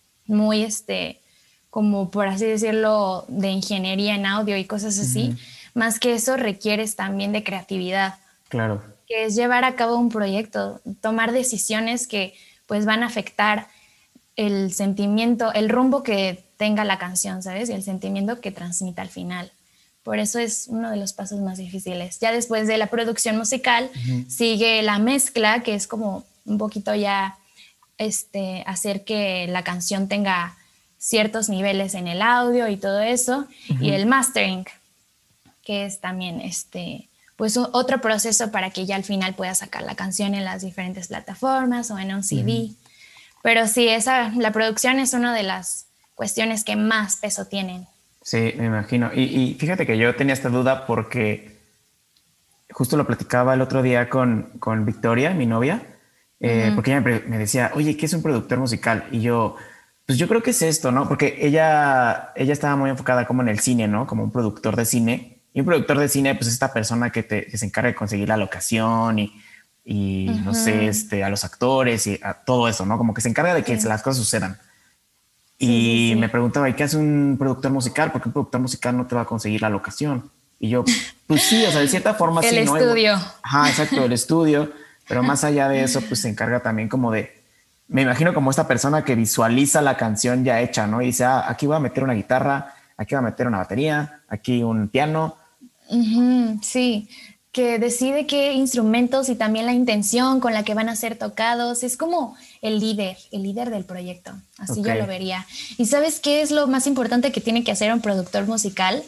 como por así decirlo, de ingeniería en audio y cosas así. Más que eso requieres también de creatividad. Claro. Que es llevar a cabo un proyecto, tomar decisiones que pues van a afectar el sentimiento, el rumbo que tenga la canción, ¿sabes? Y el sentimiento que transmita al final. Por eso es uno de los pasos más difíciles. Ya después de la producción musical sigue la mezcla, que es como un poquito ya hacer que la canción tenga ciertos niveles en el audio y todo eso. Y el mastering, que es también pues otro proceso para que ya al final puedas sacar la canción en las diferentes plataformas o en un CD. Pero sí, la producción es una de las cuestiones que más peso tienen. Sí, me imagino. Y fíjate que yo tenía esta duda porque justo lo platicaba el otro día con Victoria, mi novia, porque ella me decía, oye, ¿qué es un productor musical? Y yo, pues yo creo que es esto, ¿no? Porque ella estaba muy enfocada como en el cine, ¿no? Como un productor de cine. Y un productor de cine, pues, es esta persona que se encarga de conseguir la locación y no sé, a los actores y a todo eso, ¿no? Como que se encarga de que las cosas sucedan. Y me preguntaba, ¿y qué hace un productor musical? Porque un productor musical no te va a conseguir la locación. Y yo, pues sí, o sea, de cierta forma sí. El estudio. Ajá, exacto, el estudio. Pero más allá de eso, pues se encarga también como me imagino como esta persona que visualiza la canción ya hecha, ¿no? Y dice, aquí voy a meter una guitarra, aquí voy a meter una batería, aquí un piano. Sí, que decide qué instrumentos y también la intención con la que van a ser tocados. Es como el líder del proyecto. Así yo lo vería. ¿Y sabes qué es lo más importante que tiene que hacer un productor musical?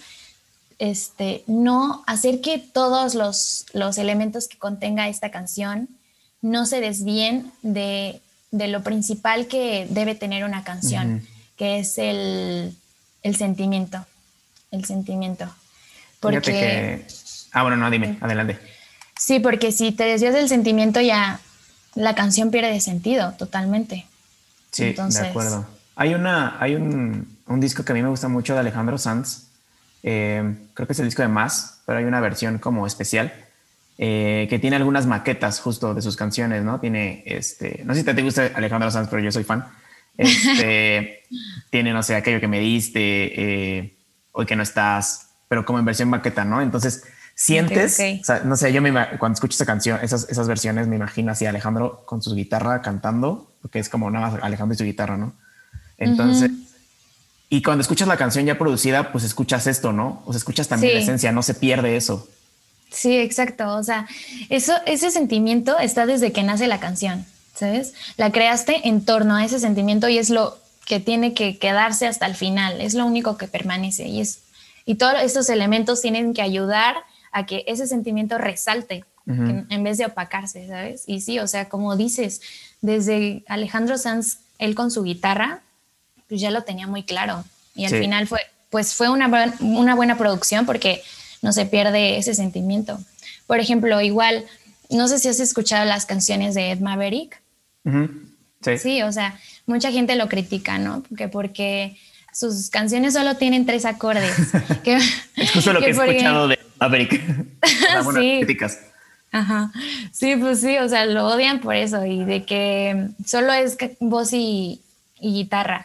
No hacer que todos los elementos que contenga esta canción no se desvíen de lo principal que debe tener una canción, que es el sentimiento. El sentimiento. Porque... bueno, no, dime, adelante. Sí, porque si te desvías del sentimiento ya la canción pierde sentido totalmente. Sí, entonces... de acuerdo. Hay un disco que a mí me gusta mucho de Alejandro Sanz. Creo que es el disco de Más, pero hay una versión como especial que tiene algunas maquetas justo de sus canciones, ¿no? Tiene, no sé si te gusta Alejandro Sanz, pero yo soy fan. Tiene, no sé, Aquello que me diste, Hoy que no estás, pero como en versión maqueta, ¿no? Entonces sientes, o sea, no sé, cuando escucho esa canción, esas versiones, me imagino así a Alejandro con su guitarra cantando, porque es como nada más Alejandro y su guitarra, ¿no? Entonces, y cuando escuchas la canción ya producida, pues escuchas esto, ¿no? O sea, escuchas también la esencia, no se pierde eso. Sí, exacto. O sea, ese sentimiento está desde que nace la canción, ¿sabes? La creaste en torno a ese sentimiento y es lo que tiene que quedarse hasta el final. Es lo único que permanece y todos estos elementos tienen que ayudar a que ese sentimiento resalte en vez de opacarse, ¿sabes? Y sí, o sea, como dices, desde Alejandro Sanz, él con su guitarra, pues ya lo tenía muy claro. Y al final fue una buena producción porque no se pierde ese sentimiento. Por ejemplo, igual, no sé si has escuchado las canciones de Ed Maverick. Sí, o sea, mucha gente lo critica, ¿no? Porque sus canciones solo tienen 3 acordes. Es justo lo que he escuchado de Maverick. Buenas críticas. Ajá. Sí, pues sí, o sea, lo odian por eso y de que solo es voz y guitarra.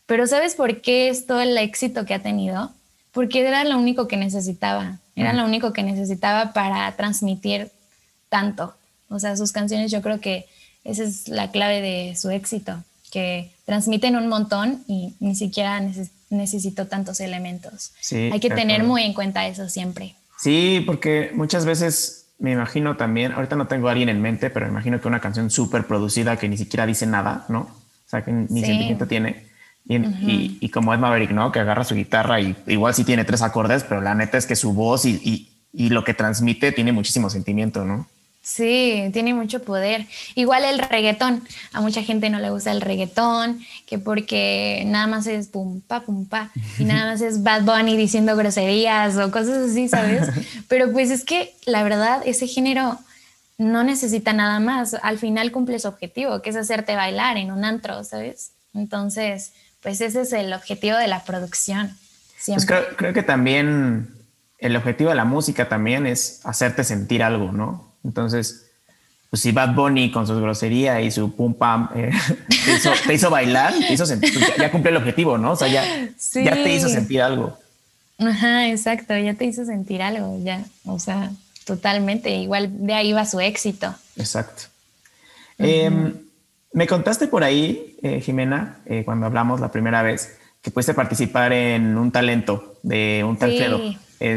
Pero ¿sabes por qué es todo el éxito que ha tenido? Porque era lo único que necesitaba. Era lo único que necesitaba para transmitir tanto. O sea, sus canciones, yo creo que esa es la clave de su éxito, que transmiten un montón y ni siquiera necesitó tantos elementos. Sí, hay que tener acuerdo. muy en cuenta eso siempre. Sí, porque muchas veces me imagino también, ahorita no tengo a alguien en mente, pero me imagino que una canción súper producida que ni siquiera dice nada, ¿no? O sea, que ni Sí. sentimiento tiene. Y como Ed Maverick, ¿no? Que agarra su guitarra y igual sí tiene 3 acordes, pero la neta es que su voz y lo que transmite tiene muchísimo sentimiento, ¿no? Sí, tiene mucho poder. Igual el reggaetón. A mucha gente no le gusta el reggaetón, que porque nada más es pum pa, y nada más es Bad Bunny diciendo groserías o cosas así, ¿sabes? Pero pues es que la verdad, ese género no necesita nada más. Al final cumple su objetivo, que es hacerte bailar en un antro, ¿sabes? Entonces, pues ese es el objetivo de la producción, Pues siempre. creo que también el objetivo de la música también es hacerte sentir algo, ¿no? Entonces, pues si Bad Bunny con sus groserías y su pum pam te hizo bailar, te hizo sentir, pues ya cumple el objetivo, ¿no? O sea, Sí. ya te hizo sentir algo. Ajá, exacto, ya te hizo sentir algo, ya, o sea, totalmente, igual de ahí va su éxito. Exacto. Me contaste por ahí, Jimena, cuando hablamos la primera vez, que pudiste participar en un talento de un tal Sí. Fredo.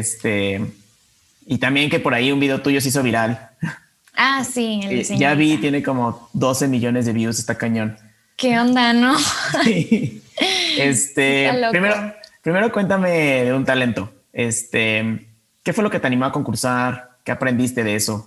Y también que por ahí un video tuyo se hizo viral. Ah, sí, el de Ya vi, señorita. tiene como 12 millones de views, está cañón. ¿Qué onda, no? Sí. Está loco. Primero cuéntame de un talento. ¿Qué fue lo que te animó a concursar? ¿Qué aprendiste de eso?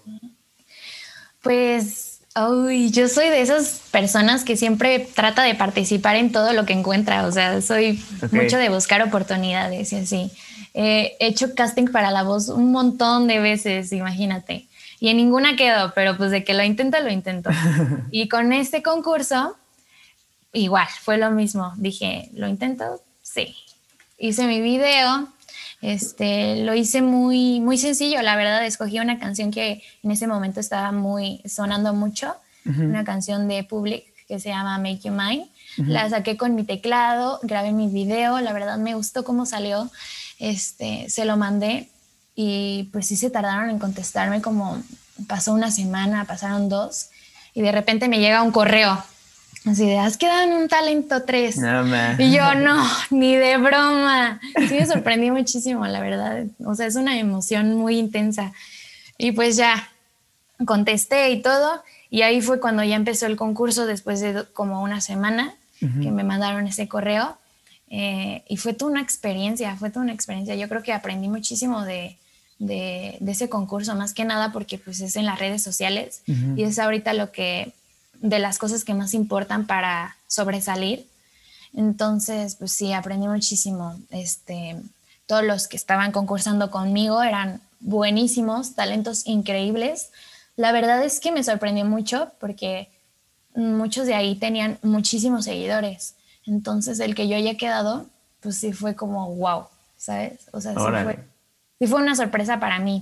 Pues, uy, yo soy de esas personas que siempre trata de participar en todo lo que encuentra, o sea, soy Ok. mucho de buscar oportunidades y así. He hecho casting para La Voz un montón de veces, imagínate. Y en ninguna quedo, pero pues de que lo intento, lo intento. Y con este concurso, igual, fue lo mismo. Dije, ¿lo intento? Sí. Hice mi video, lo hice muy, muy sencillo, la verdad. Escogí una canción que en ese momento estaba muy sonando mucho, una canción de Public que se llama Make You Mine. La saqué con mi teclado, grabé mi video, la verdad me gustó cómo salió. Se lo mandé y pues sí se tardaron en contestarme, como pasó una semana, pasaron 2 y de repente me llega un correo así de, has quedado en un talento 3. No, man. Y yo, no, ni de broma. Sí me sorprendí muchísimo, la verdad. O sea, es una emoción muy intensa. Y pues ya contesté y todo. Y ahí fue cuando ya empezó el concurso, después de como una semana que me mandaron ese correo. Y fue toda una experiencia, Yo creo que aprendí muchísimo de ese concurso, más que nada porque pues es en las redes sociales y es ahorita de las cosas que más importan para sobresalir. Entonces, pues sí, aprendí muchísimo. Todos los que estaban concursando conmigo eran buenísimos, talentos increíbles. La verdad es que me sorprendió mucho porque muchos de ahí tenían muchísimos seguidores. Entonces, el que yo haya quedado, pues sí fue como wow, ¿sabes? O sea, sí fue una sorpresa para mí.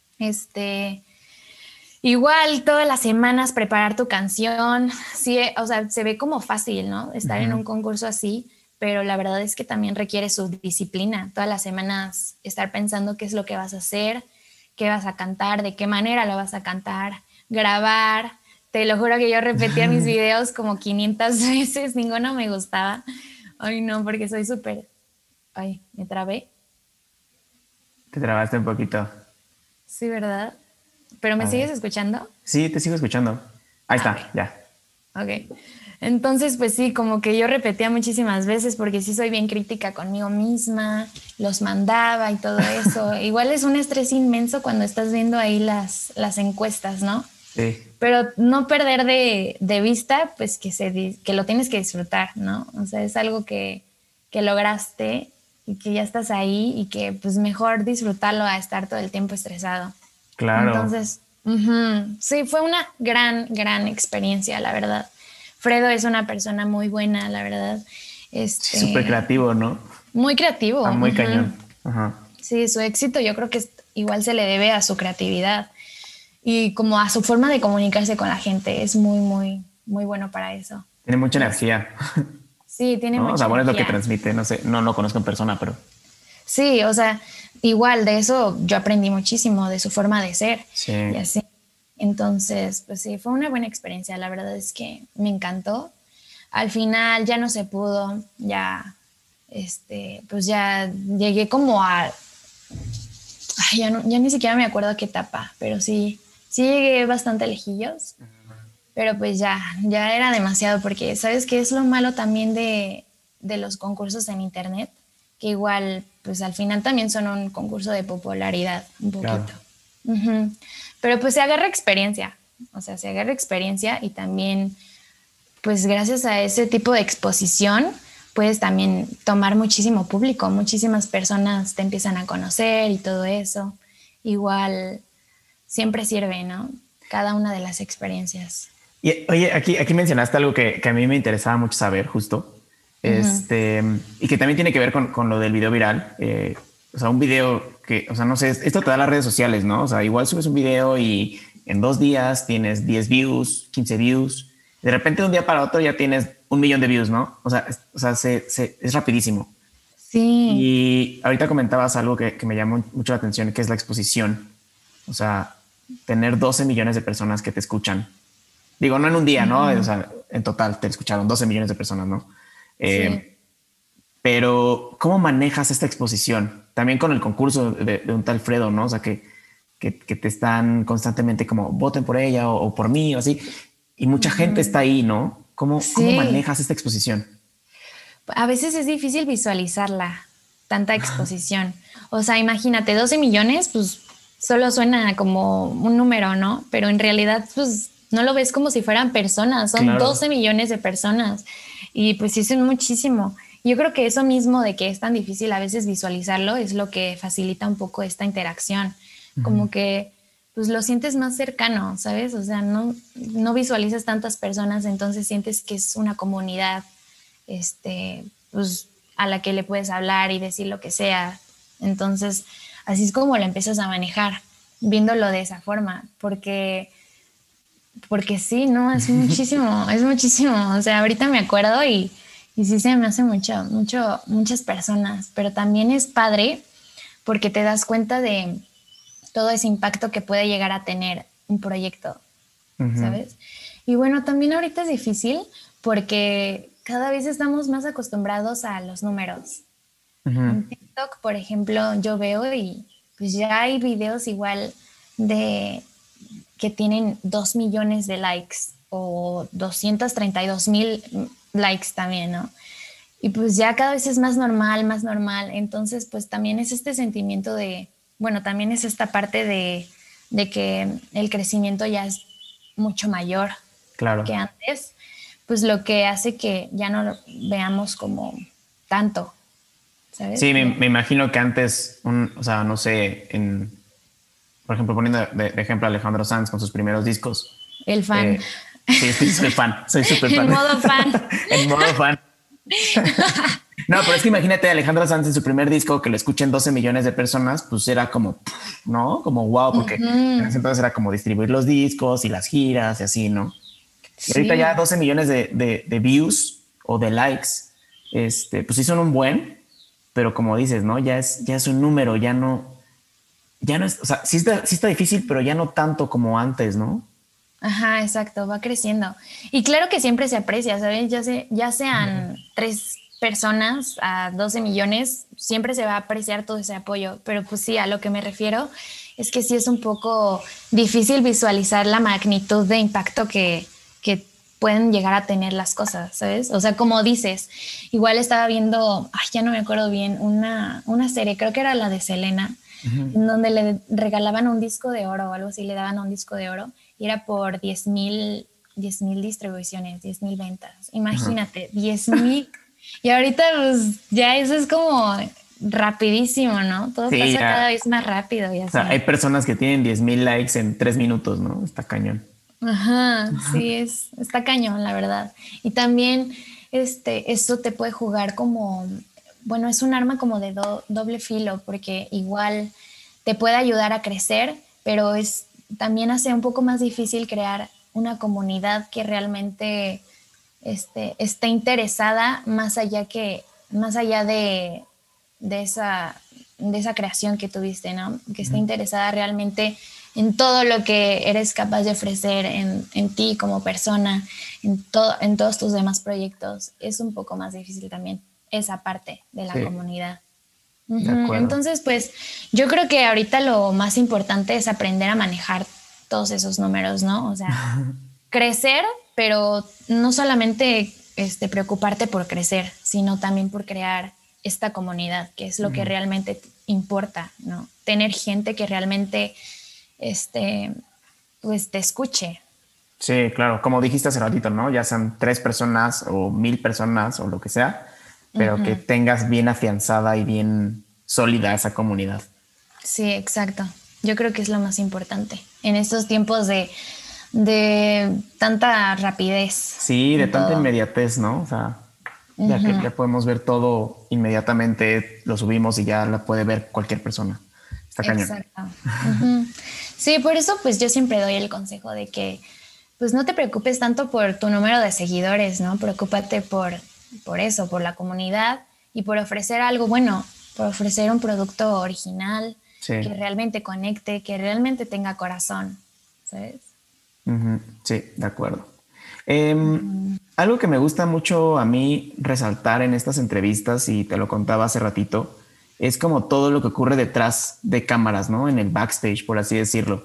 Igual todas las semanas preparar tu canción, sí, o sea, se ve como fácil, ¿no? Estar en un concurso así, pero la verdad es que también requiere su disciplina. Todas las semanas estar pensando qué es lo que vas a hacer, qué vas a cantar, de qué manera lo vas a cantar, grabar. Te lo juro que yo repetía mis videos como 500 veces, ninguno me gustaba. Ay, no, porque soy súper... Ay, me trabé. Te trabaste un poquito. Sí, ¿verdad? ¿Pero me sigues escuchando? Sí, te sigo escuchando. Ahí está, Ok. ya. Ok. Entonces, pues sí, como que yo repetía muchísimas veces porque sí soy bien crítica conmigo misma, los mandaba y todo eso. Igual es un estrés inmenso cuando estás viendo ahí las encuestas, ¿no? Sí. Pero no perder de vista, pues que lo tienes que disfrutar, ¿no? O sea, es algo que lograste y que ya estás ahí y que pues mejor disfrutarlo a estar todo el tiempo estresado. Claro. Entonces, sí, fue una gran experiencia, la verdad. Fredo es una persona muy buena, la verdad. Sí, súper creativo, ¿no? Muy creativo. Está muy cañón. Ajá. Sí, su éxito yo creo que igual se le debe a su creatividad y como a su forma de comunicarse con la gente. Es muy, muy, muy bueno para eso. Tiene mucha energía. Sí, tiene ¿no? mucha O sea, bueno, es lo que energía. transmite, no sé, no lo conozco en persona, pero Sí, o sea, igual de eso yo aprendí muchísimo, de su forma de ser y sí. así. Entonces, pues sí, fue una buena experiencia. La verdad es que me encantó. Al final ya no se pudo, ya, pues ya llegué como a, ay, ya, no, ya ni siquiera me acuerdo a qué etapa, pero sí, sí llegué bastante lejillos, pero pues ya era demasiado porque, ¿sabes qué es lo malo también de los concursos en internet? Que igual, pues al final también son un concurso de popularidad, un Claro. poquito. Ujú. Pero pues se agarra experiencia, o sea, se agarra experiencia y también, pues gracias a ese tipo de exposición, puedes también tomar muchísimo público, muchísimas personas te empiezan a conocer y todo eso. Igual siempre sirve, ¿no? Cada una de las experiencias. Y oye, aquí mencionaste algo que a mí me interesaba mucho saber, justo. Ujú. Y que también tiene que ver con lo del video viral. O sea, un video que, o sea, no sé, esto te da las redes sociales, ¿no? O sea, igual subes un video y en 2 días tienes 10 views, 15 views. De repente, de un día para otro ya tienes 1 millón de views, ¿no? O sea, es rapidísimo. Sí. Y ahorita comentabas algo que me llamó mucho la atención, que es la exposición. O sea, tener 12 millones de personas que te escuchan. Digo, no en un día, ¿no? O Ujú. sea, en total te escucharon 12 millones de personas, ¿no? Sí. Pero, ¿cómo manejas esta exposición? También con el concurso de un tal Fredo, ¿no? O sea, que te están constantemente como voten por ella o por mí o así. Y mucha gente está Ujú. ahí, ¿no? ¿Cómo Sí. manejas esta exposición? A veces es difícil visualizarla, tanta exposición. O sea, imagínate, 12 millones, pues solo suena como un número, ¿no? Pero en realidad, pues no lo ves como si fueran personas, son Claro, 12 millones de personas. Y pues sí, son muchísimo. Yo creo que eso mismo de que es tan difícil a veces visualizarlo es lo que facilita un poco esta interacción. Como que pues lo sientes más cercano, ¿sabes? O sea, no visualizas tantas personas, entonces sientes que es una comunidad pues a la que le puedes hablar y decir lo que sea. Entonces, así es como lo empiezas a manejar, viéndolo de esa forma, porque sí, no, es muchísimo, es muchísimo. O sea, ahorita me acuerdo y sí se me hace muchas personas, pero también es padre porque te das cuenta de todo ese impacto que puede llegar a tener un proyecto, ¿sabes? Y bueno, también ahorita es difícil porque cada vez estamos más acostumbrados a los números. En TikTok, por ejemplo, yo veo y pues ya hay videos igual de que tienen 2 millones de likes o 232,000 likes también, ¿no? Y pues ya cada vez es más normal, más normal. Entonces, pues también es este sentimiento de, bueno, también es esta parte de que el crecimiento ya es mucho mayor claro. que antes, pues lo que hace que ya no lo veamos como tanto, ¿sabes? Sí, Ya. me imagino que antes, o sea, no sé, por ejemplo, poniendo de ejemplo a Alejandro Sanz con sus primeros discos. El fan, eh, sí, es que soy fan, soy súper el fan. modo fan. En modo fan. No, pero es que imagínate a Alejandro Sanz en su primer disco que lo escuchen 12 millones de personas, pues era como, ¿no? Como wow, porque en ese entonces era como distribuir los discos y las giras y así, ¿no? Y ahorita ya Sí. 12 millones de views o de likes, pues sí son un buen, pero como dices, ¿no? Ya es un número, ya no es, o sea, sí está difícil, pero ya no tanto como antes, ¿no? Ajá, exacto, va creciendo. Y claro que siempre se aprecia, ¿sabes? Ya sean 3 personas a 12 millones, siempre se va a apreciar todo ese apoyo. Pero pues sí, a lo que me refiero es que sí es un poco difícil visualizar la magnitud de impacto que pueden llegar a tener las cosas, ¿sabes? O sea, como dices, igual estaba viendo, ay, ya no me acuerdo bien, una serie, creo que era la de Selena, en donde le regalaban un disco de oro o algo así, le daban un disco de oro y era por 10,000 distribuciones, 10,000 ventas. Imagínate, 10,000. Y ahorita pues ya eso es como rapidísimo, ¿no? Todo Sí, pasa cada ya. vez más rápido y O sea, hay así. personas que tienen 10,000 likes en 3 minutos, ¿no? Está cañón. Ajá, sí, está cañón, la verdad. Y también esto te puede jugar como, bueno, es un arma como de doble filo, porque igual te puede ayudar a crecer, pero también hace un poco más difícil crear una comunidad que realmente esté interesada más allá de esa creación que tuviste, ¿no? Que esté interesada realmente en todo lo que eres capaz de ofrecer en ti como persona, en todos tus demás proyectos. Es un poco más difícil también esa parte de la comunidad. De acuerdo. Entonces, pues yo creo que ahorita lo más importante es aprender a manejar todos esos números, ¿no? O sea, crecer, pero no solamente preocuparte por crecer, sino también por crear esta comunidad, que es lo que realmente importa, ¿no? Tener gente que realmente pues te escuche. Sí, claro, como dijiste hace ratito, ¿no? Ya sean 3 personas o 1000 personas o lo que sea, pero que tengas bien afianzada y bien sólida esa comunidad. Sí, exacto. Yo creo que es lo más importante en estos tiempos de tanta rapidez. Sí, de tanta inmediatez, ¿no? O sea, ya que ya podemos ver todo inmediatamente, lo subimos y ya la puede ver cualquier persona. Está cañón. Exacto. Sí, por eso pues yo siempre doy el consejo de que pues no te preocupes tanto por tu número de seguidores, ¿no? Preocúpate por eso, por la comunidad y por ofrecer algo bueno, por ofrecer un producto original que realmente conecte, que realmente tenga corazón, ¿sabes? Sí, de acuerdo. Algo que me gusta mucho a mí resaltar en estas entrevistas, y te lo contaba hace ratito, es como todo lo que ocurre detrás de cámaras, ¿no? En el backstage, por así decirlo.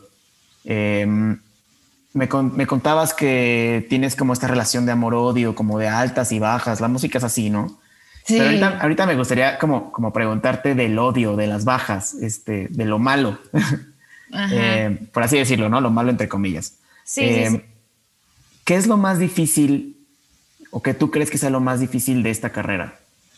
Me contabas que tienes como esta relación de amor-odio, como de altas y bajas. La música es así, ¿no? Sí. Pero ahorita me gustaría como preguntarte del odio, de las bajas, de lo malo, por así decirlo, ¿no? Lo malo entre comillas. Sí. ¿Qué es lo más difícil o qué tú crees que sea lo más difícil de esta carrera?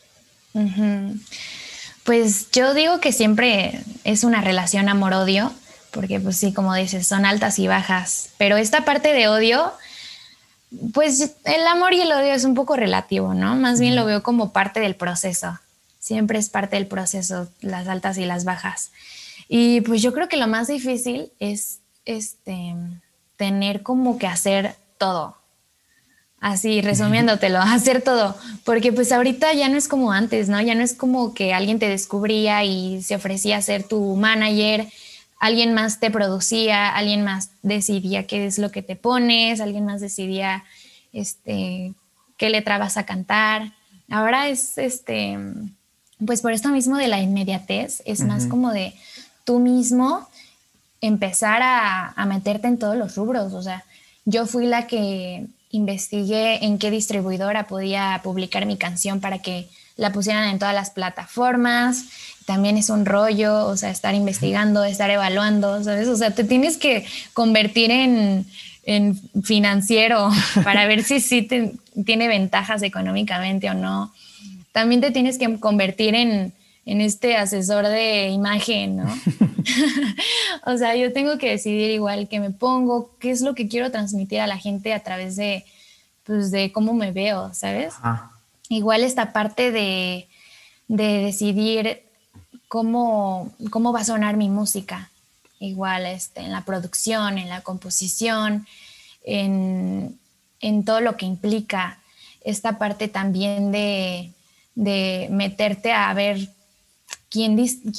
Pues yo digo que siempre es una relación amor-odio, porque pues sí, como dices, son altas y bajas, pero esta parte de odio, pues el amor y el odio es un poco relativo, ¿no? Más bien lo veo como parte del proceso, siempre es parte del proceso, las altas y las bajas. Y pues yo creo que lo más difícil es tener como que hacer todo. Así, resumiéndotelo, hacer todo. Porque pues ahorita ya no es como antes, ¿no? Ya no es como que alguien te descubría y se ofrecía a ser tu manager, alguien más te producía, alguien más decidía qué es lo que te pones, alguien más decidía qué letra vas a cantar. Ahora es, pues por esto mismo de la inmediatez, es más como de tú mismo empezar a meterte en todos los rubros. O sea, yo fui la que investigué en qué distribuidora podía publicar mi canción para que la pusieran en todas las plataformas. También es un rollo, o sea, estar investigando, estar evaluando, ¿sabes? O sea, te tienes que convertir en financiero para ver si tiene ventajas económicamente o no. También te tienes que convertir en este asesor de imagen, ¿no? O sea, yo tengo que decidir igual qué me pongo, qué es lo que quiero transmitir a la gente a través de cómo me veo, ¿sabes? Igual esta parte de decidir cómo va a sonar mi música. Igual en la producción, en la composición, en todo lo que implica esta parte también de meterte a ver quién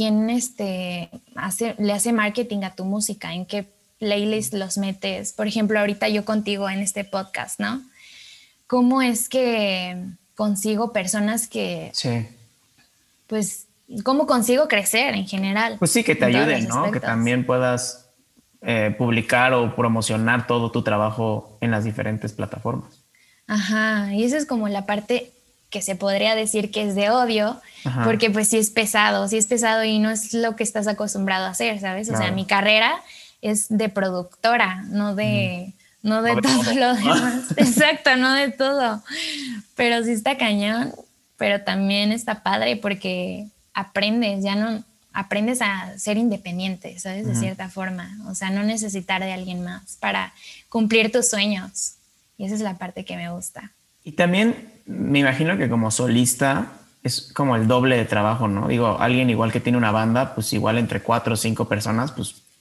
le hace marketing a tu música, en qué playlist los metes. Por ejemplo, ahorita yo contigo en este podcast, ¿no? ¿Cómo es que consigo personas que, pues, cómo consigo crecer en general? Pues sí, que te ayuden, ¿no? Que también puedas publicar o promocionar todo tu trabajo en las diferentes plataformas. Ajá, y esa es como la parte que se podría decir que es de odio, porque pues sí es pesado y no es lo que estás acostumbrado a hacer, ¿sabes? Claro. O sea, mi carrera es de productora, no de todo lo demás. Exacto, no de todo. Pero sí está cañón, pero también está padre porque aprendes a ser independiente, ¿sabes? De cierta forma. O sea, no necesitar de alguien más para cumplir tus sueños. Y esa es la parte que me gusta. Y también me imagino que como solista es como el doble de trabajo, ¿no? Digo, alguien igual que tiene una banda, pues igual entre 4 o 5 personas, pues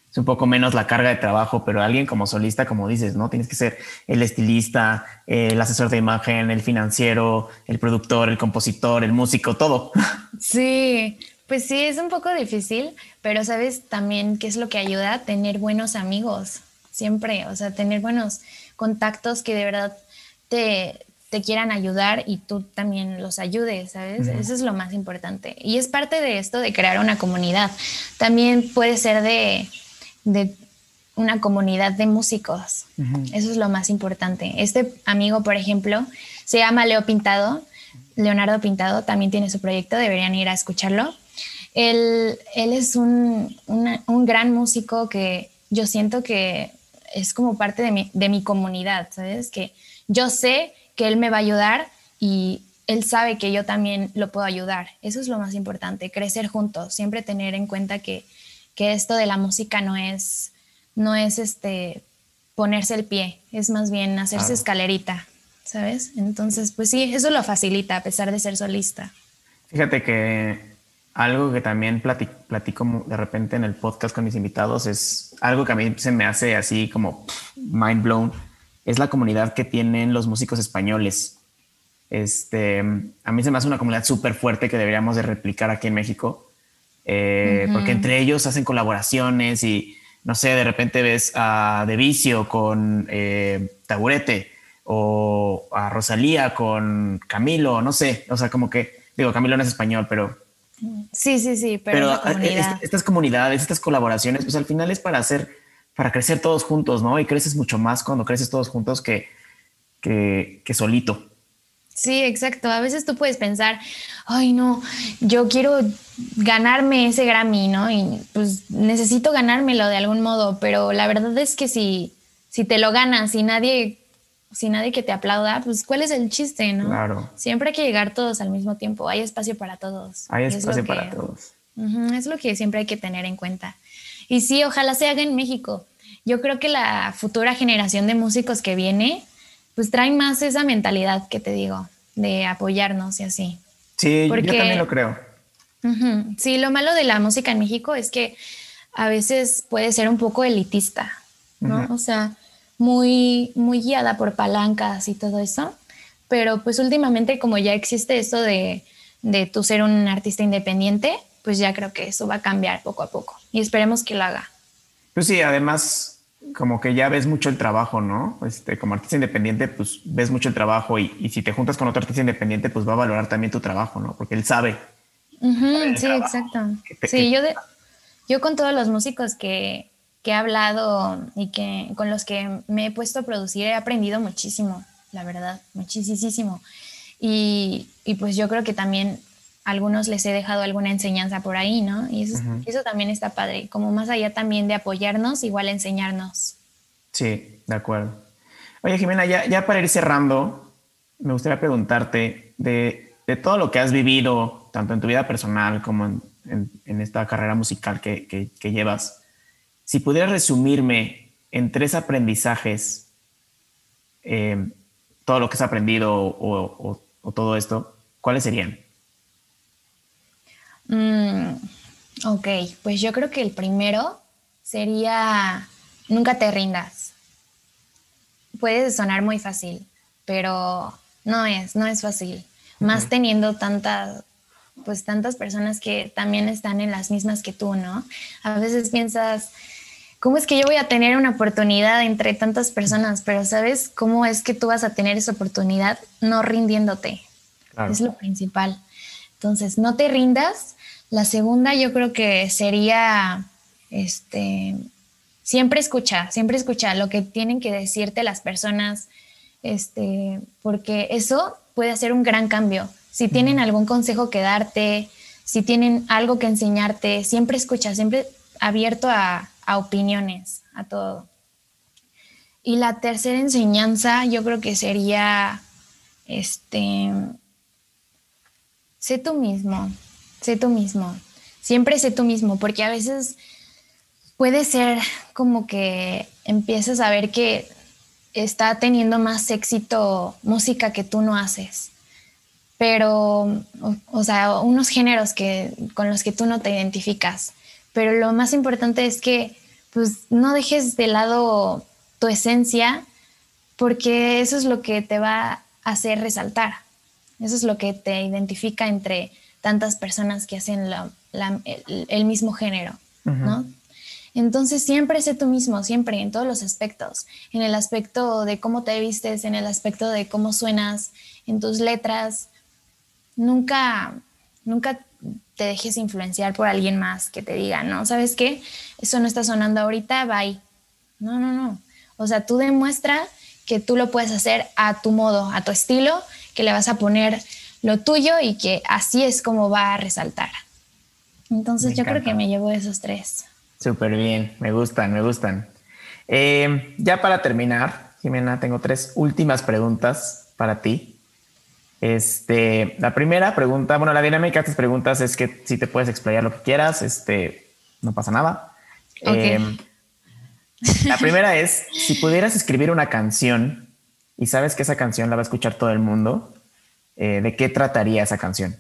es un poco menos la carga de trabajo, pero alguien como solista, como dices, ¿no? Tienes que ser el estilista, el asesor de imagen, el financiero, el productor, el compositor, el músico, todo. Sí, pues sí, es un poco difícil, pero sabes también qué es lo que ayuda, tener buenos amigos, siempre, o sea, tener buenos contactos que de verdad te quieran ayudar y tú también los ayudes, ¿sabes? Eso es lo más importante. Y es parte de esto de crear una comunidad. También puede ser de una comunidad de músicos. Eso es lo más importante. Este amigo, por ejemplo, se llama Leonardo Pintado, también tiene su proyecto, deberían ir a escucharlo. Él es un gran músico que yo siento que es como parte de mi comunidad, ¿sabes? Que yo sé que él me va a ayudar y él sabe que yo también lo puedo ayudar. Eso es lo más importante, crecer juntos, siempre tener en cuenta que esto de la música no es ponerse el pie, es más bien hacerse escalerita, ¿sabes? Entonces, pues sí, eso lo facilita a pesar de ser solista. Fíjate que algo que también platico de repente en el podcast con mis invitados es algo que a mí se me hace así como mind blown, es la comunidad que tienen los músicos españoles. A mí se me hace una comunidad súper fuerte que deberíamos de replicar aquí en México. Porque entre ellos hacen colaboraciones y no sé, de repente ves a De Vicio con Taburete o a Rosalía con Camilo, no sé, o sea, como que digo, Camilo no es español, pero sí, pero estas comunidades, estas colaboraciones, pues al final es para crecer todos juntos, ¿no? Y creces mucho más cuando creces todos juntos que solito. Sí, exacto. A veces tú puedes pensar, ay, no, yo quiero ganarme ese Grammy, ¿no? Y pues necesito ganármelo de algún modo, pero la verdad es que si te lo ganas y nadie que te aplauda, pues ¿cuál es el chiste, no? Claro. Siempre hay que llegar todos al mismo tiempo. Hay espacio para todos. Hay espacio para todos. Es lo que siempre hay que tener en cuenta. Y sí, ojalá se haga en México. Yo creo que la futura generación de músicos que viene pues traen más esa mentalidad que te digo, de apoyarnos y así. Sí, porque, yo también lo creo. Sí, lo malo de la música en México es que a veces puede ser un poco elitista, ¿no? O sea, muy, muy guiada por palancas y todo eso. Pero pues últimamente como ya existe esto de tú ser un artista independiente, pues ya creo que eso va a cambiar poco a poco. Y esperemos que lo haga. Pues sí, además como que ya ves mucho el trabajo, ¿no? Como artista independiente, pues ves mucho el trabajo y si te juntas con otro artista independiente, pues va a valorar también tu trabajo, ¿no? Porque él sabe. Sí, exacto. Sí, yo con todos los músicos que he hablado y con los que me he puesto a producir he aprendido muchísimo, la verdad, muchísimo. Y pues yo creo que también a algunos les he dejado alguna enseñanza por ahí, ¿no? Y eso también está padre, como más allá también de apoyarnos, igual enseñarnos. Sí, de acuerdo. Oye, Jimena, ya para ir cerrando, me gustaría preguntarte de todo lo que has vivido, tanto en tu vida personal como en esta carrera musical que llevas, si pudieras resumirme en 3 aprendizajes todo lo que has aprendido o todo esto, ¿cuáles serían? Ok, pues yo creo que el primero sería nunca te rindas. Puede sonar muy fácil, pero no es fácil. Más teniendo tantas personas que también están en las mismas que tú, ¿no? A veces piensas, ¿cómo es que yo voy a tener una oportunidad entre tantas personas? Pero ¿sabes cómo es que tú vas a tener esa oportunidad? No rindiéndote. Claro. Es lo principal. Entonces, no te rindas. La segunda yo creo que sería, siempre escucha lo que tienen que decirte las personas, porque eso puede hacer un gran cambio. Si tienen algún consejo que darte, si tienen algo que enseñarte, siempre escucha, siempre abierto a opiniones, a todo. Y la tercera enseñanza yo creo que sería, sé tú mismo, siempre sé tú mismo, porque a veces puede ser como que empiezas a ver que está teniendo más éxito música que tú no haces, pero, o sea, unos géneros con los que tú no te identificas, pero lo más importante es que pues no dejes de lado tu esencia, porque eso es lo que te va a hacer resaltar. Eso es lo que te identifica entre tantas personas que hacen el mismo género, ¿no? Entonces siempre sé tú mismo, siempre, en todos los aspectos. En el aspecto de cómo te vistes, en el aspecto de cómo suenas, en tus letras. Nunca te dejes influenciar por alguien más que te diga, no, ¿sabes qué? Eso no está sonando ahorita, bye. No. O sea, tú demuestra que tú lo puedes hacer a tu modo, a tu estilo, que le vas a poner lo tuyo y que así es como va a resaltar. Entonces yo creo que me llevo esos 3. Súper bien, me gustan. Ya para terminar, Jimena, tengo 3 últimas preguntas para ti. La primera pregunta, bueno, la dinámica de estas preguntas es que si te puedes explayar lo que quieras, no pasa nada. Okay. La primera es, si pudieras escribir una canción y sabes que esa canción la va a escuchar todo el mundo, ¿de qué trataría esa canción?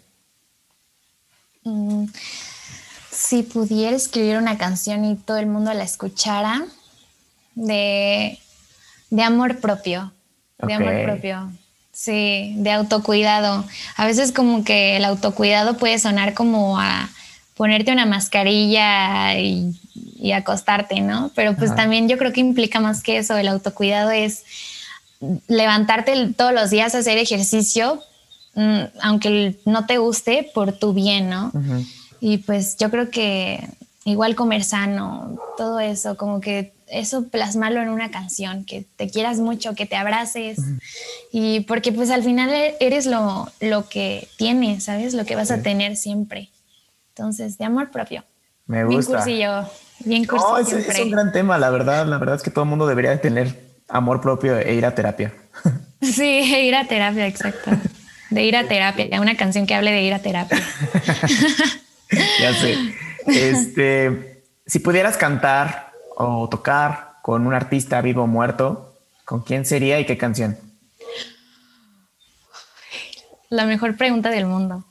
Si pudiera escribir una canción y todo el mundo la escuchara, de amor propio, de amor propio. Sí, de autocuidado. A veces como que el autocuidado puede sonar como a ponerte una mascarilla y acostarte, ¿no? Pero pues también yo creo que implica más que eso. El autocuidado es levantarte todos los días a hacer ejercicio, aunque no te guste, por tu bien, ¿no? Y pues yo creo que igual comer sano, todo eso, como que eso plasmarlo en una canción, que te quieras mucho, que te abraces, y porque pues al final eres lo que tienes, ¿sabes? Lo que vas a tener siempre. Entonces, de amor propio. Me gusta. Bien cursi siempre. Es un gran tema, la verdad es que todo el mundo debería de tener amor propio e ir a terapia. Sí, ir a terapia, exacto. De ir a terapia, una canción que hable de ir a terapia. Ya sé. Si pudieras cantar o tocar con un artista vivo o muerto, ¿con quién sería y qué canción? La mejor pregunta del mundo.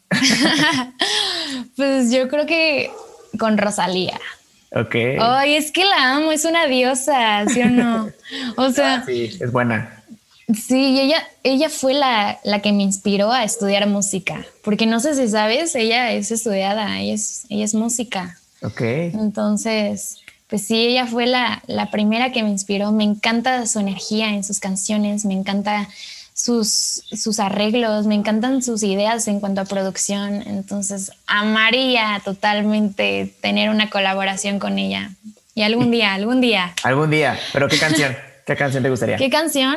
Pues yo creo que con Rosalía. Ok. Ay, es que la amo, es una diosa, ¿sí o no? O sea, sí, es buena. Sí, ella fue la que me inspiró a estudiar música, porque no sé si sabes, ella es estudiada, ella es música. Ok. Entonces, pues sí, ella fue la primera que me inspiró. Me encanta su energía en sus canciones, me encanta sus arreglos, me encantan sus ideas en cuanto a producción. Entonces, amaría totalmente tener una colaboración con ella. Y algún día. Algún día. ¿Pero qué canción? ¿Qué canción te gustaría? ¿Qué canción?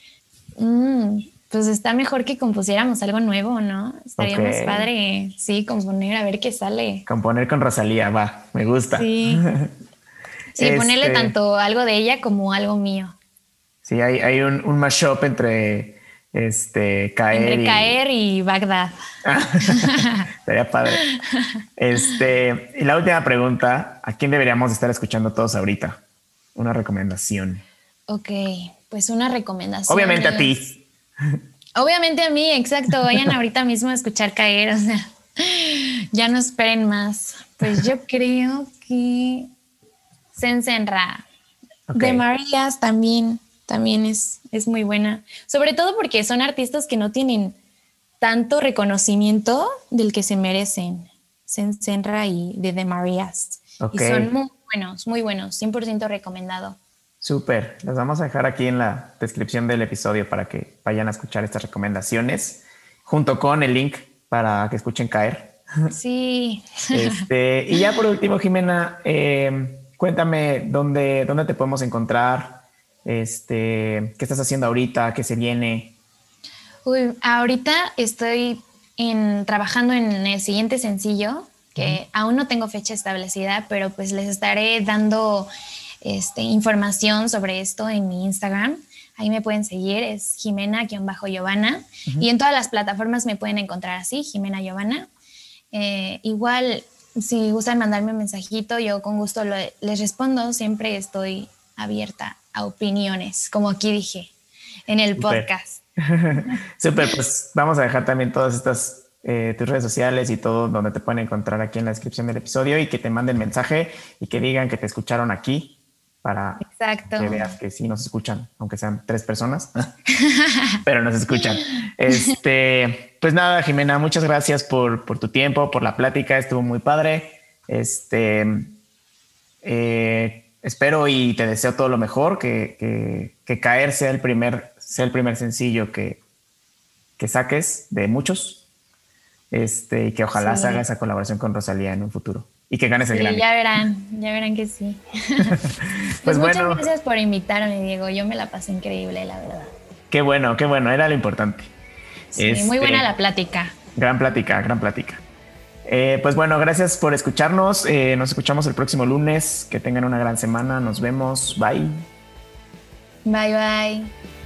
Pues está mejor que compusiéramos algo nuevo, ¿no? Estaría más padre, sí, componer, a ver qué sale. Componer con Rosalía, va, me gusta. Sí, sí, ponerle tanto algo de ella como algo mío. Sí, hay un mashup entre Caer y Bagdad. Estaría padre. Y la última pregunta, ¿a quién deberíamos estar escuchando todos ahorita? Una recomendación. Ok, pues una recomendación. Obviamente a ti. Obviamente a mí, exacto. Vayan ahorita mismo a escuchar Caer, o sea, ya no esperen más. Pues yo creo que Sensenra. De Marías también es muy buena. Sobre todo porque son artistas que no tienen tanto reconocimiento del que se merecen. Sensenra y de Marías. Y son muy buenos, 100% recomendado. Súper, las vamos a dejar aquí en la descripción del episodio para que vayan a escuchar estas recomendaciones junto con el link para que escuchen Caer. Sí. Y ya por último, Jimena, cuéntame dónde te podemos encontrar, qué estás haciendo ahorita, qué se viene. Ahorita estoy trabajando en el siguiente sencillo, que aún no tengo fecha establecida, pero pues les estaré dando información sobre esto en mi Instagram. Ahí me pueden seguir, es Jimena_Giovanna. Y en todas las plataformas me pueden encontrar así, Jimena Giovanna. Igual, si gustan mandarme un mensajito, yo con gusto les respondo. Siempre estoy abierta a opiniones, como aquí dije, en el podcast. Súper, pues vamos a dejar también todas estas tus redes sociales y todo donde te pueden encontrar aquí en la descripción del episodio y que te manden mensaje y que digan que te escucharon aquí para Exacto. que veas que sí nos escuchan, aunque sean 3 personas, pero nos escuchan. Pues nada, Jimena, muchas gracias por tu tiempo, por la plática, estuvo muy padre. Espero y te deseo todo lo mejor, que Caer sea el primer sencillo que saques de muchos, y que ojalá se haga esa colaboración con Rosalía en un futuro y que ganes el Grammy. Ya verán que sí. Pues muchas gracias por invitarme, Diego. Yo me la pasé increíble, la verdad. Qué bueno, era lo importante. Sí, muy buena la plática. Gran plática. Pues bueno, gracias por escucharnos. Nos escuchamos el próximo lunes. Que tengan una gran semana. Nos vemos. Bye. Bye.